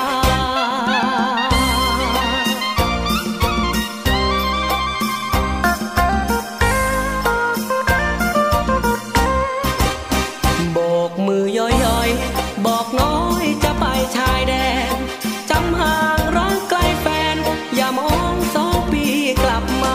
โบกมือย่อยๆบอกน้อยจะไปชายแดนจำห่างรักไกลแฟนอย่ามองสองปีกลับมา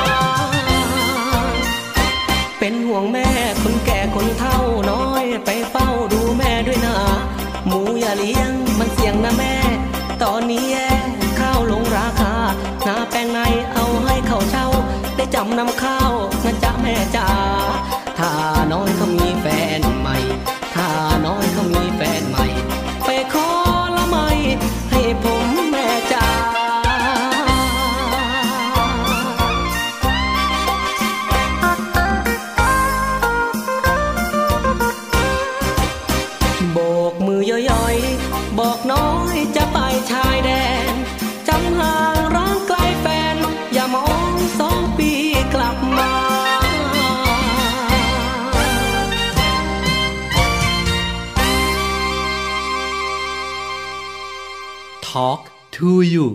เป็นห่วงแม่คนแก่คนเฒ่าน้อยไปเฝ้าดูแม่ด้วยนะหมูอย่าเลี้ยงมันเสี่ยงนะแม่ตอนนี้แย่ข้าวลงราคาหน้าแป้งในเอาให้เขาเช่าได้จำนำข้าวนะจ๊ะแม่จ๋าถ้าน้อยเขามีแฟนใหม่ถ้าน้อยเขามีแฟนใหม่ไปขอละไม่ให้ผมแม่จ๋าโบกมือย่อยๆบอกน้อยจะไปชายแดนจำห่างรักไกลแฟนอย่ามองสองปีกลับมา Talk to you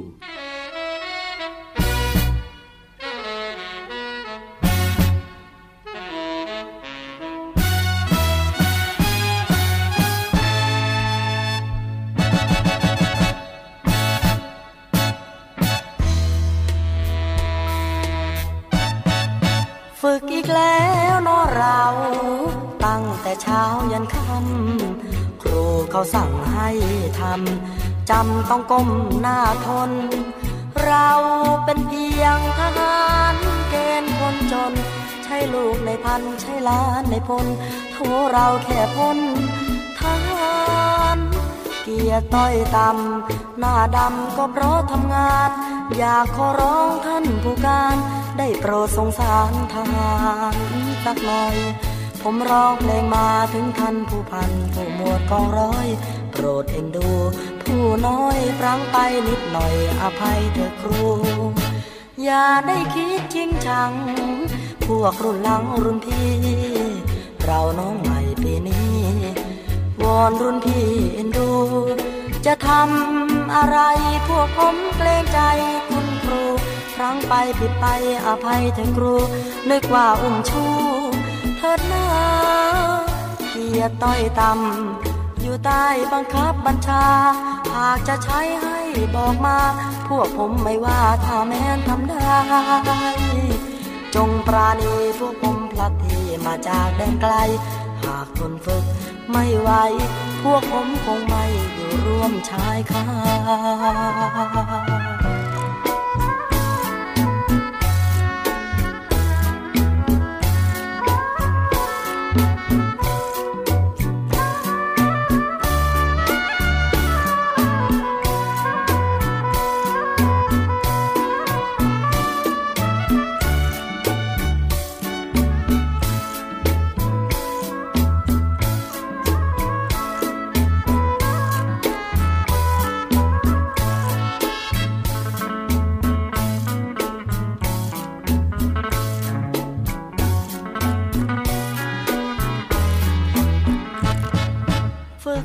ฝึกอีกแล้วเนาะเราตั้งแต่เช้ายันค่ำครูเขาสั่งให้ทำจำต้องก้มหน้าทนเราเป็นเพียงทหารเกณฑ์คนจนใช่ลูกในพันใช่ล้านในพลโทเราแค่พ้นทหารเกียรติต้อยต่ำหน้าดำก็เพราะทำงานอยากขอร้องท่านผู้การได้โปรดสงสารทหารสักหน่อยผมร้องเพลงมาถึงท่านผู้พันผู้หมวดกองร้อยโปรดเอ็นดูผู้น้อยพลั้งไปนิดหน่อยอภัยเถอะครูอย่าได้คิดจริงจังพวกรุ่นหลังรุ่นพี่เราน้องใหม่ปีนี้วอนรุ่นพี่เอ็นดูจะทำอะไรพวกผมเกรงใจคุณครูครั้งไปผิดไปอภัยเถอะครูนึกว่าอุ้มชูเถิดหน้าเกียรติต้อยต่ำอยู่ใต้บังคับบัญชาหากจะใช้ให้บอกมาพวกผมไม่ว่าถ้าแม้นทำได้จงปราณีพวกผมพลัดที่มาจากแดนไกลหากทนฝึกไม่ไหวพวกผมคงไม่อยู่ร่วมชายคา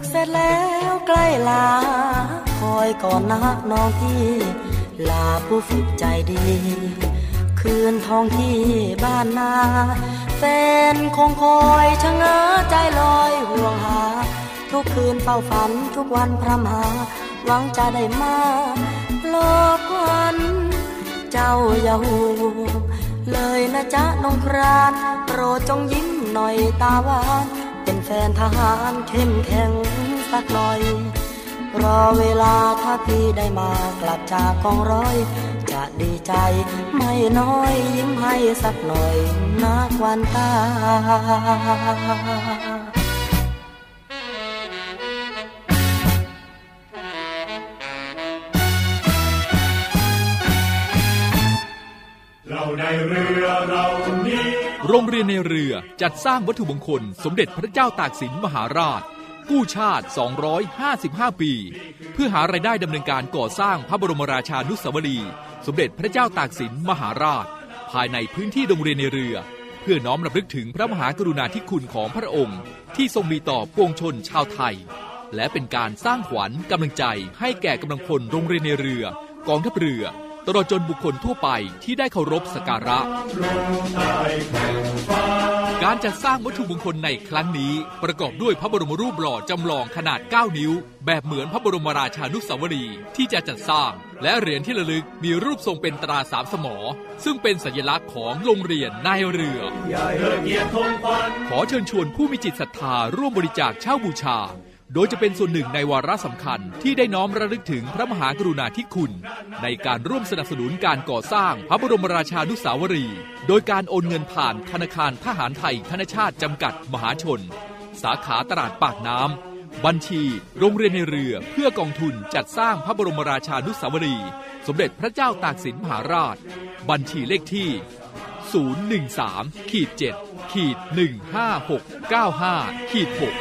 เสร็จแล้วใกล้ลาคอยก่อนนะน้องพี่ลาผู้ฝึกใจดีคืนท้องที่บ้านนาแฟนคงคอยชะเง้อใจลอยห่วงหาทุกคืนเฝ้าฝันทุกวันพร่ำหาหวังจะได้มาโลกวันเจ้าอย่าห่วงเลยนะจ๊ะน้องครานโปรดจงยิ้มหน่อยตาหวานเป็นแฟนทหารเข้มแข็งสักหน่อยรอเวลาถ้าพี่ได้มากลับจากกองร้อยจะดีใจไม่น้อยยิ้มให้สักหน่อยนักวันตาเราในเรือเรานี้โรงเรียนในเรือจัดสร้างวัตถุมงคลสมเด็จพระเจ้าตากสินมหาราชกู้ชาติสองร้อยห้าสิบห้าปีเพื่อหารายได้ดำเนินการก่อสร้างพระบรมราชานุสาวรีย์สมเด็จพระเจ้าตากสินมหาราชภายในพื้นที่โรงเรียนในเรือเพื่อน้อมรำลึกถึงพระมหากรุณาธิคุณของพระองค์ที่ทรงมีต่อปวงชนชาวไทยและเป็นการสร้างขวัญกำลังใจให้แก่กำลังพลโรงเรียนในเรือกองทัพเรือตลอดจนบุคคลทั่วไปที่ได้เคารพสักการะการจัดสร้างวัตถุมงคลในครั้งนี้ประกอบด้วยพระบรมรูปหล่อจำลองขนาดเก้านิ้วแบบเหมือนพระบรมราชานุสาวรีย์ที่จะจัดสร้างและเหรียญที่ระลึกมีรูปทรงเป็นตราสามสมอซึ่งเป็นสัญลักษณ์ของโรงเรียนนายเรือขอเชิญชวนผู้มีจิตศรัทธาร่วมบริจาคเช่าบูชาโดยจะเป็นส่วนหนึ่งในวาระสำคัญที่ได้น้อมระลึกถึงพระมหากรุณาธิคุณในการร่วมสนับสนุนการก่อสร้างพระบรมราชานุสาวรีย์โดยการโอนเงินผ่านธนาคารทหารไทยธนชาติจำกัดมหาชนสาขาตลาดปากน้ำบัญชีโรงเรียนในเรือเพื่อกองทุนจัดสร้างพระบรมราชานุสาวรีย์สมเด็จพระเจ้าตากสินมหาราชบัญชีเลขที่ ศูนย์ หนึ่ง สาม เจ็ด หนึ่ง ห้า หก เก้า ห้า หก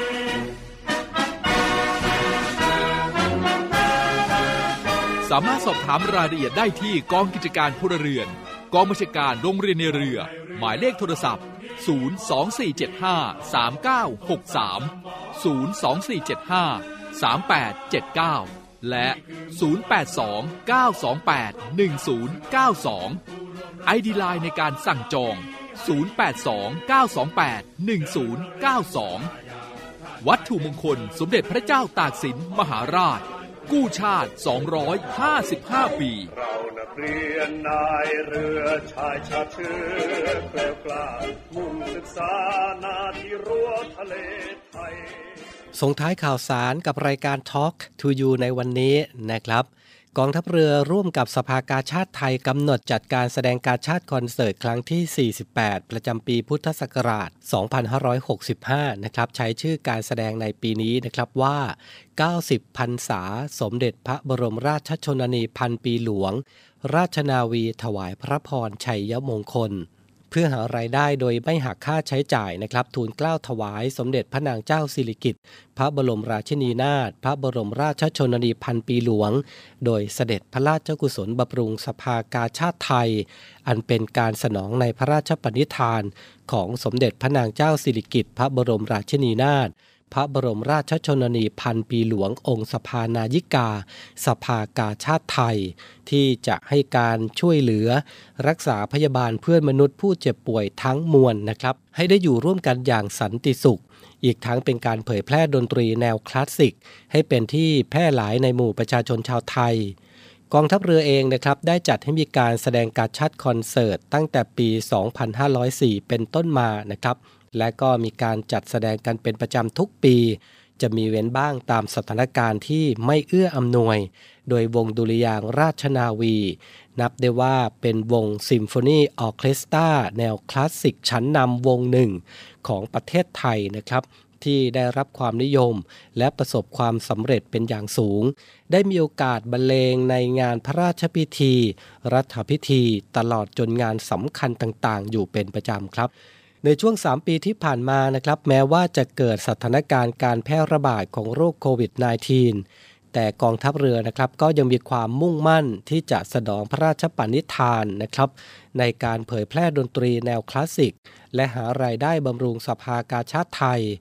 สามารถสอบถามรายละเอียดได้ที่กองกิจการพลเรือนกองบัญชาการโรงเรียนในเรือหมายเลขโทรศัพท์ศูนย์ สอง สี่ เจ็ด ห้า สาม เก้า หก สาม ศูนย์ สอง สี่ เจ็ด ห้า สาม แปด เจ็ด เก้าและศูนย์ แปด สอง เก้า สอง แปด หนึ่ง ศูนย์ เก้า สอง ไอ ดี ไลน์ในการสั่งจองศูนย์ แปด สอง เก้า สอง แปด หนึ่ง ศูนย์ เก้า สองวัตถุมงคลสมเด็จพระเจ้าตากสินมหาราชกู้ชาติสองร้อยห้าสิบห้าปีเรานักเรียนนายเรือชายชาติเชื้อแกล้วกล้ามุ่งศึกษานาที่รั้วทะเลไทยส่งท้ายข่าวสารกับรายการ Talk to You ในวันนี้นะครับกองทัพเรือร่วมกับสภากาชาดไทยกำหนดจัดการแสดงกาชาดคอนเสิร์ตครั้งที่สี่สิบแปดประจำปีพุทธศักราชสองพันห้าร้อยหกสิบห้านะครับใช้ชื่อการแสดงในปีนี้นะครับว่าเก้าสิบพรรษาสมเด็จพระบรมราชชนนีพันปีหลวงราชนาวีถวายพระพรชัยมงคลเพื่อหารายได้โดยไม่หักค่าใช้จ่ายนะครับทูลเกล้าถวายสมเด็จพระนางเจ้าสิริกิติ์พระบรมราชินีนาถพระบรมราชชนนีพันปีหลวงโดยเสด็จพระราชกุศลบำรุงสภากาชาดไทยอันเป็นการสนองในพระราชปณิธานของสมเด็จพระนางเจ้าสิริกิติ์พระบรมราชินีนาถพระบรมราชชนนีพันปีหลวงองค์สภานายิกาสภากาชาดไทยที่จะให้การช่วยเหลือรักษาพยาบาลเพื่อนมนุษย์ผู้เจ็บป่วยทั้งมวลนะครับให้ได้อยู่ร่วมกันอย่างสันติสุขอีกทั้งเป็นการเผยแพร่ดนตรีแนวคลาสสิกให้เป็นที่แพร่หลายในหมู่ประชาชนชาวไทยกองทัพเรือเองนะครับได้จัดให้มีการแสดงการชัดคอนเสิร์ตตั้งแต่ปีสองพันห้าร้อยสี่เป็นต้นมานะครับและก็มีการจัดแสดงกันเป็นประจำทุกปีจะมีเว้นบ้างตามสถานการณ์ที่ไม่เอื้ออำนวยโดยวงดุริยางค์ราชนาวีนับได้ว่าเป็นวงซิมโฟนีออร์เคสตราแนวคลาสสิกชั้นนำวงหนึ่งของประเทศไทยนะครับที่ได้รับความนิยมและประสบความสำเร็จเป็นอย่างสูงได้มีโอกาสบรรเลงในงานพระราชพิธีรัฐพิธีตลอดจนงานสำคัญต่างๆอยู่เป็นประจำครับในช่วงสามปีที่ผ่านมานะครับแม้ว่าจะเกิดสถานการณ์การแพร่ระบาดของโรคโควิด สิบเก้า แต่กองทัพเรือนะครับก็ยังมีความมุ่งมั่นที่จะสนองพระราชปณิธานนะครับในการเผยแพร่ดนตรีแนวคลาสสิกและหารายได้บำรุงสภากาชาดไทย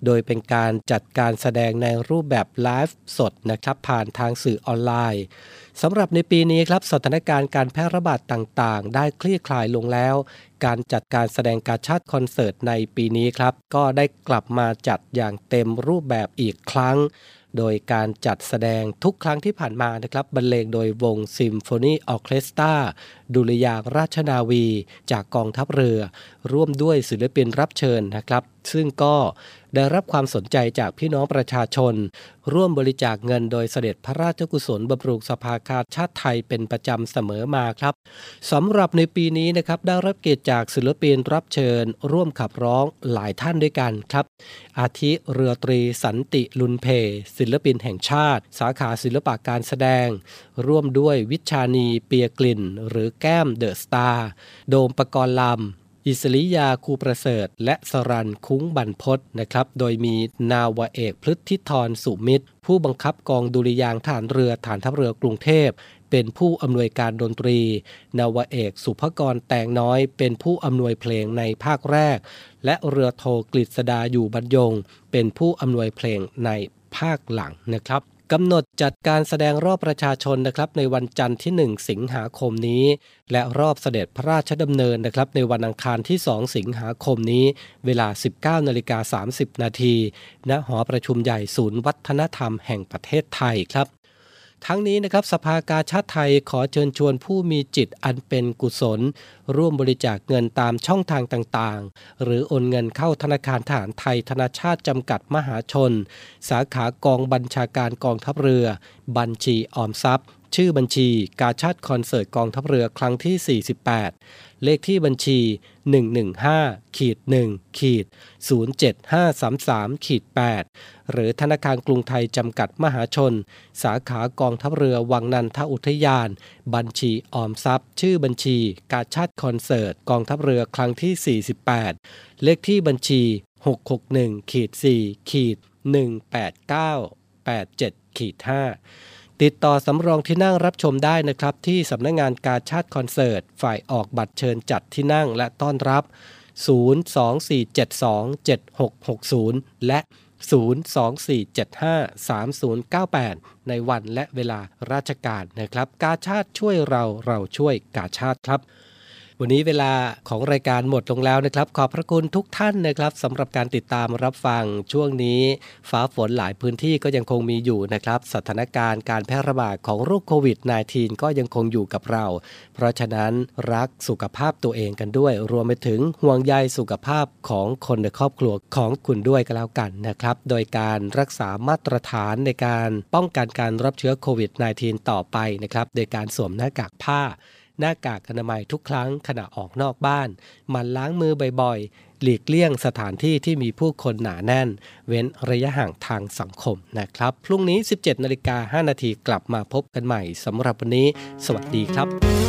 โดยเป็นการจัดการแสดงในรูปแบบไลฟ์สดนะครับผ่านทางสื่อออนไลน์สำหรับในปีนี้ครับสถานการณ์การแพร่ระบาดต่างๆได้คลี่คลายลงแล้วการจัดการแสดงกาชาดคอนเสิร์ตในปีนี้ครับก็ได้กลับมาจัดอย่างเต็มรูปแบบอีกครั้งโดยการจัดแสดงทุกครั้งที่ผ่านมานะครับบรรเลงโดยวงซิมโฟนีออร์เคสตราดุริยางค์ราชนาวีจากกองทัพเรือร่วมด้วยศิลปินรับเชิญนะครับซึ่งก็ได้รับความสนใจจากพี่น้องประชาชนร่วมบริจาคเงินโดยเสด็จพระราชกุศลบำรุงสภากาชาดไทยเป็นประจำเสมอมาครับสำหรับในปีนี้นะครับได้รับเกียรติจากศิลปินรับเชิญร่วมขับร้องหลายท่านด้วยกันครับอาทิเรือตรีสันติลุนเพศิลปินแห่งชาติสาขาศิลปะการแสดงร่วมด้วยวิชานีเปียกลิ่นหรือแก้มเดอะสตาร์โดมปกรณ์ลำอิสริยาคูประเสริฐและสรัญคุ้งบรรพตนะครับโดยมีนาวาเอกพฤทธิธรสุมิตรผู้บังคับกองดุริยางค์ฐานเรือฐานทัพเรือกรุงเทพเป็นผู้อำนวยการดนตรีนาวาเอกสุภกรแตงน้อยเป็นผู้อำนวยเพลงในภาคแรกและเรือโทกฤษดาอยู่บรรยงเป็นผู้อำนวยเพลงในภาคหลังนะครับกำหนดจัดการแสดงรอบประชาชนนะครับในวันจันทร์ที่หนึ่งสิงหาคมนี้และรอบเสด็จพระราชดำเนินนะครับในวันอังคารที่สองสิงหาคมนี้เวลา สิบเก้านาฬิกาสามสิบนาทีณหอประชุมใหญ่ศูนย์วัฒนธรรมแห่งประเทศไทยครับทั้งนี้นะครับสภากาชาดไทยขอเชิญชวนผู้มีจิตอันเป็นกุศลร่วมบริจาคเงินตามช่องทางต่างๆหรือโอนเงินเข้าธนาคารทหารไทยธนาชาติจำกัดมหาชนสาขากองบัญชาการกองทัพเรือบัญชีออมทรัพย์ชื่อบัญชีกาชาดคอนเสิร์ตกองทัพเรือครั้งที่สี่สิบแปดเลขที่บัญชี หนึ่ง หนึ่ง ห้า หนึ่ง ศูนย์ เจ็ด ห้า สาม สาม แปด หรือธนาคารกรุงไทยจำกัดมหาชนสาขากองทัพเรือวังนันทอุทยานบัญชีออมทรัพย์ชื่อบัญชีกาชาดคอนเสิร์ตกองทัพเรือครั้งที่สี่สิบแปดเลขที่บัญชี หก หก หนึ่ง สี่ หนึ่ง แปด เก้า แปด เจ็ด ห้าติดต่อสำรองที่นั่งรับชมได้นะครับที่สำนักงานกาชาดคอนเสิร์ตฝ่ายออกบัตรเชิญจัดที่นั่งและต้อนรับศูนย์ สอง สี่ เจ็ด สอง เจ็ด หก หก ศูนย์และศูนย์ สอง สี่ เจ็ด ห้า สาม ศูนย์ เก้า แปดในวันและเวลาราชการนะครับกาชาดช่วยเราเราช่วยกาชาดครับวันนี้เวลาของรายการหมดลงแล้วนะครับขอบพระคุณทุกท่านนะครับสำหรับการติดตามรับฟังช่วงนี้ฟ้าฝนหลายพื้นที่ก็ยังคงมีอยู่นะครับสถานการณ์การแพร่ระบาดของโรคโควิด สิบเก้า ก็ยังคงอยู่กับเราเพราะฉะนั้นรักสุขภาพตัวเองกันด้วยรวมไปถึงห่วงใยสุขภาพของคนในครอบครัวของคุณด้วยก็แล้วกันนะครับโดยการรักษามาตรฐานในการป้องกันการรับเชื้อโควิด สิบเก้า ต่อไปนะครับโดยการสวมหน้ากากผ้าหน้ากากอนามัยทุกครั้งขณะออกนอกบ้านหมั่นล้างมือบ่อยๆหลีกเลี่ยงสถานที่ที่มีผู้คนหนาแน่นเว้นระยะห่างทางสังคมนะครับพรุ่งนี้ สิบเจ็ดนาฬิกาห้านาทีกลับมาพบกันใหม่สำหรับวันนี้สวัสดีครับ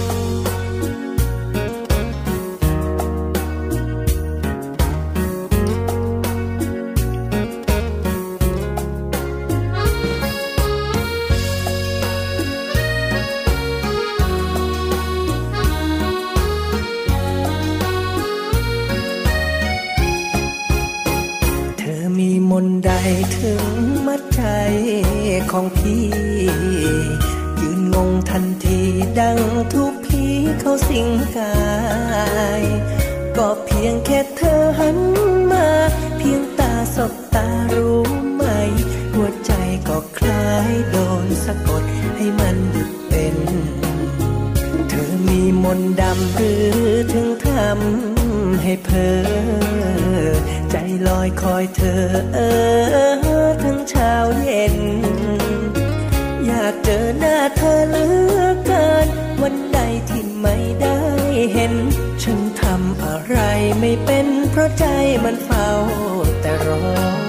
มนต์ใดถึงมัดใจของพี่ยืนงงทันทีดังทุกผีเข้าสิงกายก็เพียงแค่เธอหันมาเพียงตาสบตารู้ไหมหัวใจก็คล้ายโดนสะกดให้มันหยุดเป็นเธอมีมนต์ดำหรือถึงทำให้เพ้อใจลอยคอยเธอเออทั้งเช้าเย็นอยากเจอหน้าเธอเหลือเกินวันใดที่ไม่ได้เห็นฉันทำอะไรไม่เป็นเพราะใจมันเฝ้าแต่รอ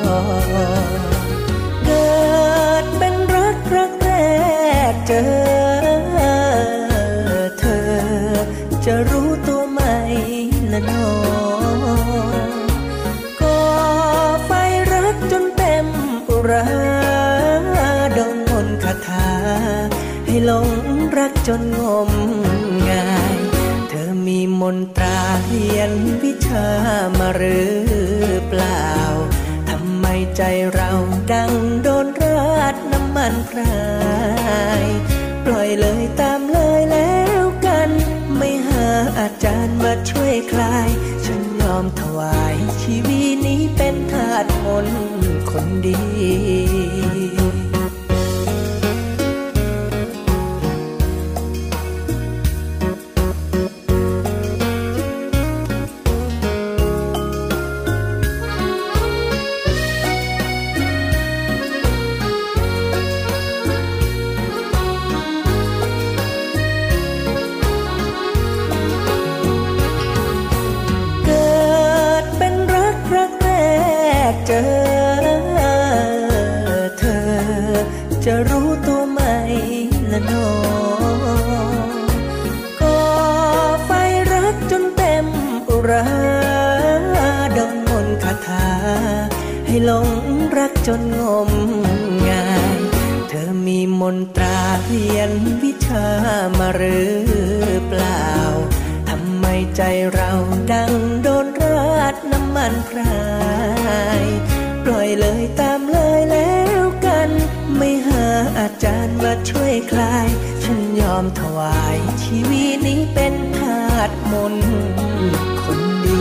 เกิดเป็นรักรักแรกเจอเธอจะรู้ตัวไหมละน้อราดงมนต์คาถาให้หลงรักจนงมงายเธอมีมนตราเรียนวิชามาหรือเปล่าทำไมใจเราดังโดนราดน้ำมันพรายปล่อยเลยตามเลยแล้วกันไม่หาอาจารย์มาช่วยคลายฉันยอมถวายชีวิตนี้เป็นทาสมนต์คนดีจะรู้ตัวไหมละน้อก็ไฟรักจนเต็มอุราดมมนต์คาถาให้หลงรักจนงมงายเธอมีมนตราเรียนวิชามาหรือเปล่าทำไมใจเราดังโดนราดน้ำมันพรายปล่อยเลยตามเลยแล้วกันไม่หาอาจารย์มาช่วยคลายฉันยอมถวายชีวิตนี้เป็นทาสมนต์คนดี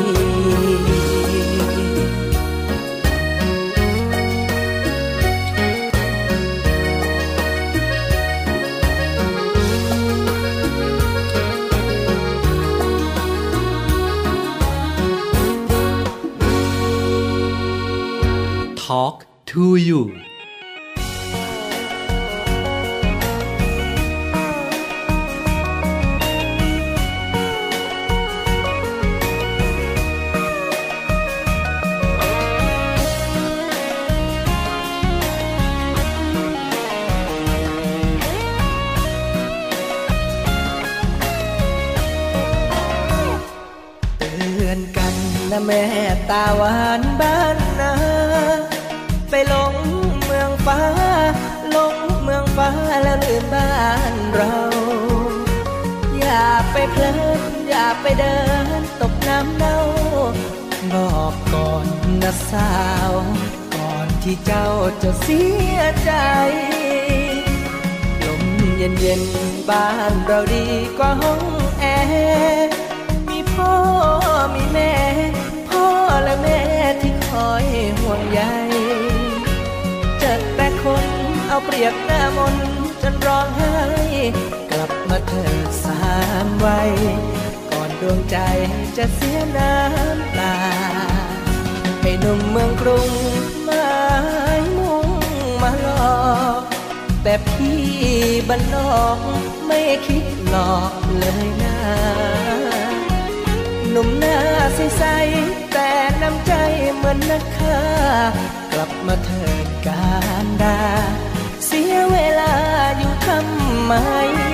Talk to you แม่ตาหวานบ้านนาไปหลงเมืองฟ้าหลงเมืองฟ้าแล้วลืมบ้านเราอย่าไปเพลินอย่าไปเดินตกน้ำเน่าบอกก่อนนะสาวก่อนที่เจ้าจะเสียใจลมเย็นๆบ้านเราดีกว่าห้องแอร์มีพ่อมีแม่พ่อและแม่ที่คอยห่วงใยเจอแต่คนเอาเปรียบหน้ามนจนร้องไห้กลับมาเถิดสามวัยก่อนดวงใจจะเสียน้ำตาให้หนุ่มเมืองกรุงหมายมุ่งมาหลอกแต่พี่บ้านนอกไม่คิดหลอกเลยนะหนุ่มหน้าใสๆแต่น้ำใจเหมือนนักฆ่ากลับมาเถิดการดาเสียเวลาอยู่ทำไม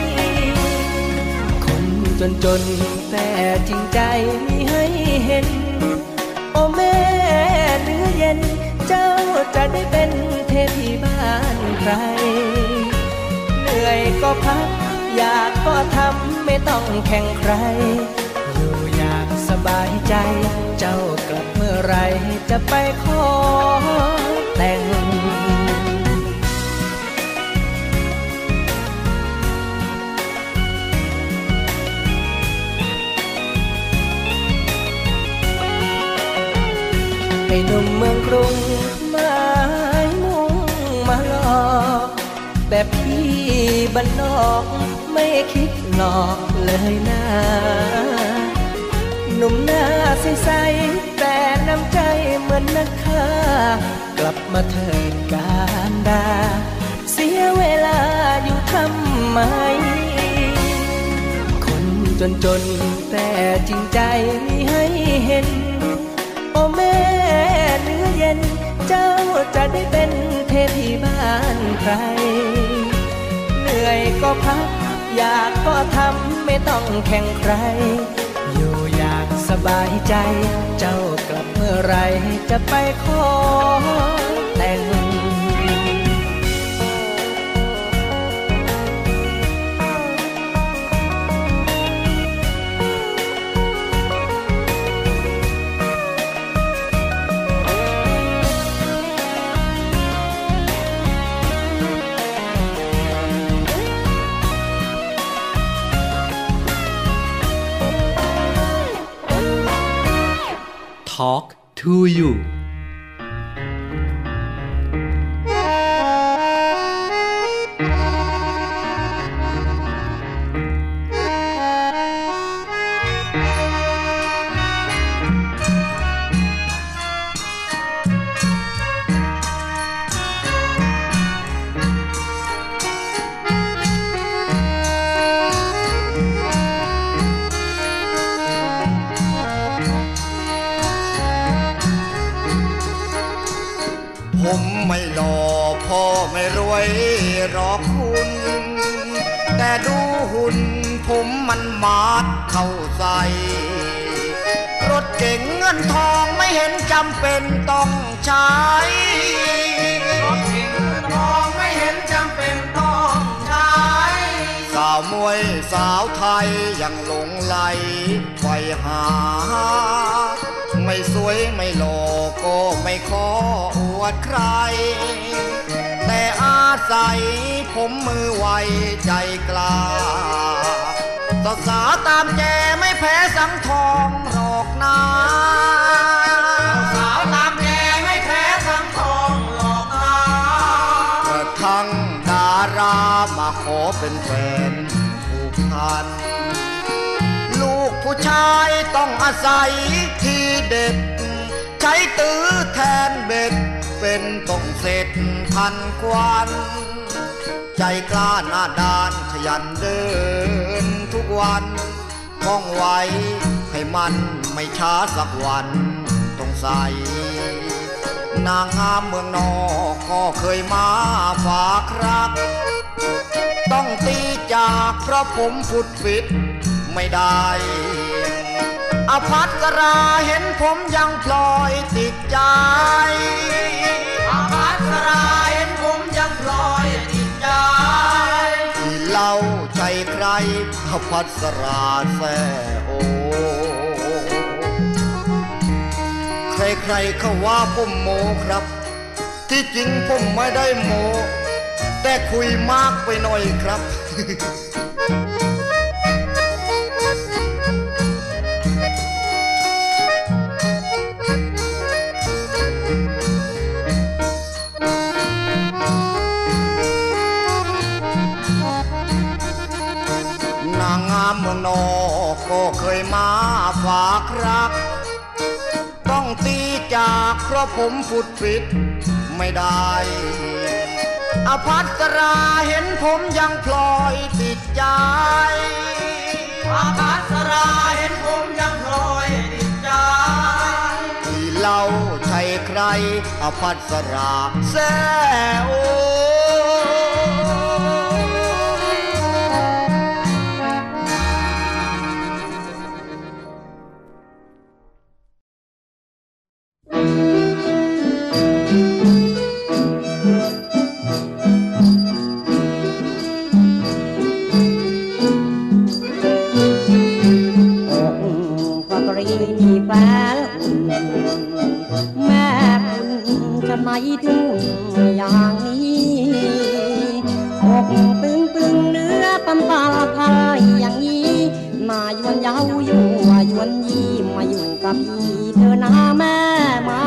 คนจนจนแต่จริงใจมีให้เห็นโอ้แม่เนื้อเย็นเจ้าจะได้เป็นเทพีบ้านใครเหนื่อยก็พักอยากก็ทำไม่ต้องแข่งใครอยู่อย่างสบายใจเจ้ากลับเมื่อไรจะไปขอแต่งให้หนุ่มเมืองกรุงหมายมุ่งมาหลอกแต่พี่บ้านนอกไม่คิดหลอกเลยนะหนุ่มหน้าใสๆแต่น้ำใจเหมือนนักฆ่ากลับมาเถิดการดาเสียเวลาอยู่ทำไมคนจนจนแต่จริงใจมีให้เห็นโอ้แม่เนื้อเย็นเจ้าจะได้เป็นเทพีบ้านใครเหนื่อยก็พักอยากก็ทำไม่ต้องแข่งใครอยู่อย่างสบายใจเจ้ากลับเมื่อไรจะไปขอแต่ง Talk to You ผมไม่หล่อพ่อไม่รวยหรอกคุณแต่ดูหุ่นผมมันมาดเข้าใส่รถเก๋งเงินทองไม่เห็นจำเป็นต้องใช้รถเก๋งเงินทองไม่เห็นจำเป็นต้องใช้สาวมวยสาวไทยยังหลงไหลไฟหาไม่สวยไม่หล่อก็ไม่ขออวดใครแต่อาศัยผมมือไวใจกล้าสาวตามแจไม่แพ้สังทองหรอกนะสาวตามแจไม่แพ้สังทองหรอกนะกระทั่งดารามาขอเป็นแฟนผูกพันลูกผู้ชายต้องอาศัยที่เด็ดใช้ตื้อแทนเบ็ดเป็นต้องเสร็จพันกวันใจกล้าหน้าด้านขยันเดินทุกวันท่องไว้ให้มันไม่ช้าสักวันต้องใส่นางงามเมืองนอกก็เคยมาฝากรักต้องตีจากเพราะผมฝุดฟิตไม่ได้อภัสราเห็นผมยังพลอยติดใจอภัสราเห็นผมยังพลอยติดใจที่เล่าใจใครอภัสราแซ่โอใครๆเขาว่าผมโมครับที่จริงผมไม่ได้โมแต่คุยมากไปหน่อยครับนางงามเมืองนอกก็เคยมาฝากรักต้องตีจากเพราะผมฝุดฟิตไม่ได้อภัสราเห็นผมยังพลอยติดใจอภัสราเห็นผมยังพลอยติดใจที่เล่าใช่ใครอภัสราแซ่โอถึงอย่างนี้อกตึงตึงเนื้อปั๊มปลาพายอย่างนี้มายวนเย้าอยู่ยวนยี่มาอยู่กับพี่เธอหน้าแม่มา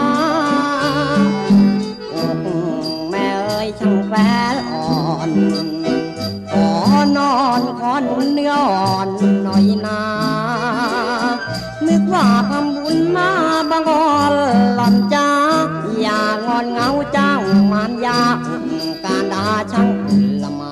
อกแม่เอ้ยช่างแฝงอ่อนขอนอนขอนุนเนื้ออ่อนหน่อยนานึกว่าทำบุญมาบางอ่อนหล่อนจ้าอย่างอนเงาเจ้ามารยาการดาช่างละไม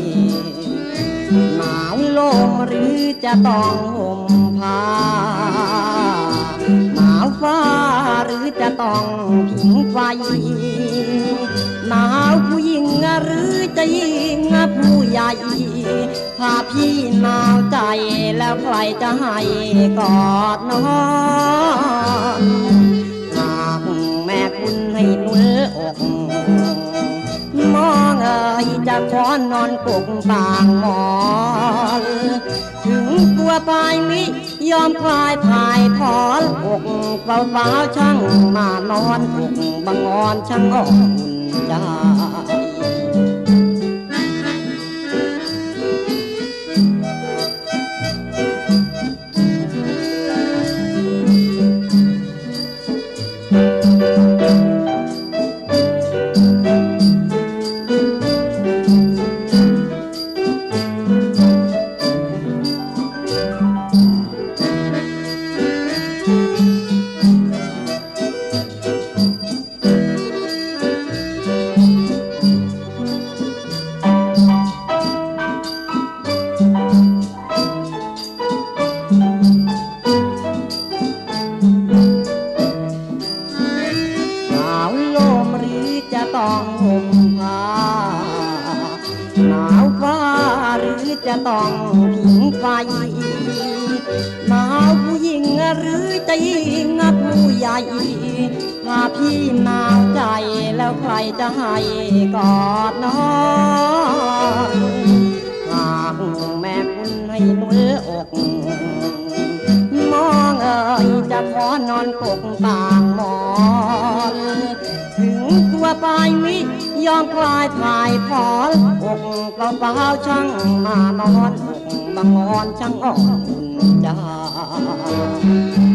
หนาวลมหรือจะต้องห่มผ้าหนาวฟ้าหรือจะต้องผิงไฟหนาวผู้หญิงหรือจะยิงผู้ใหญ่ถ้าพี่หนาวใจแล้วใครจะให้กอดนอนหากแม่คุณให้นุ่นอกมองเอ๋ยจะขอนอนกกต่างหมอนถึงตัวพายมิยอมคลายถ่ายถอนอกเฝ้าเฝ้าช่างมานอนอกบังงอนช่างอ่อนใจจะต้องผิงไฟหนาวผู้หญิงหรือจะยิ่งผู้ใหญ่ถ้าพี่หนาวใจแล้วใครจะให้กอดน้องหากแม่คุณให้หนุนอกมองเอ่ยจะขอนอนกกต่างหมอนถึงตัวปลายมิยอมคลายพายพอนอกเปล่าเปล่าช่างมานอนอกบางงอนช่างอ่อนใจ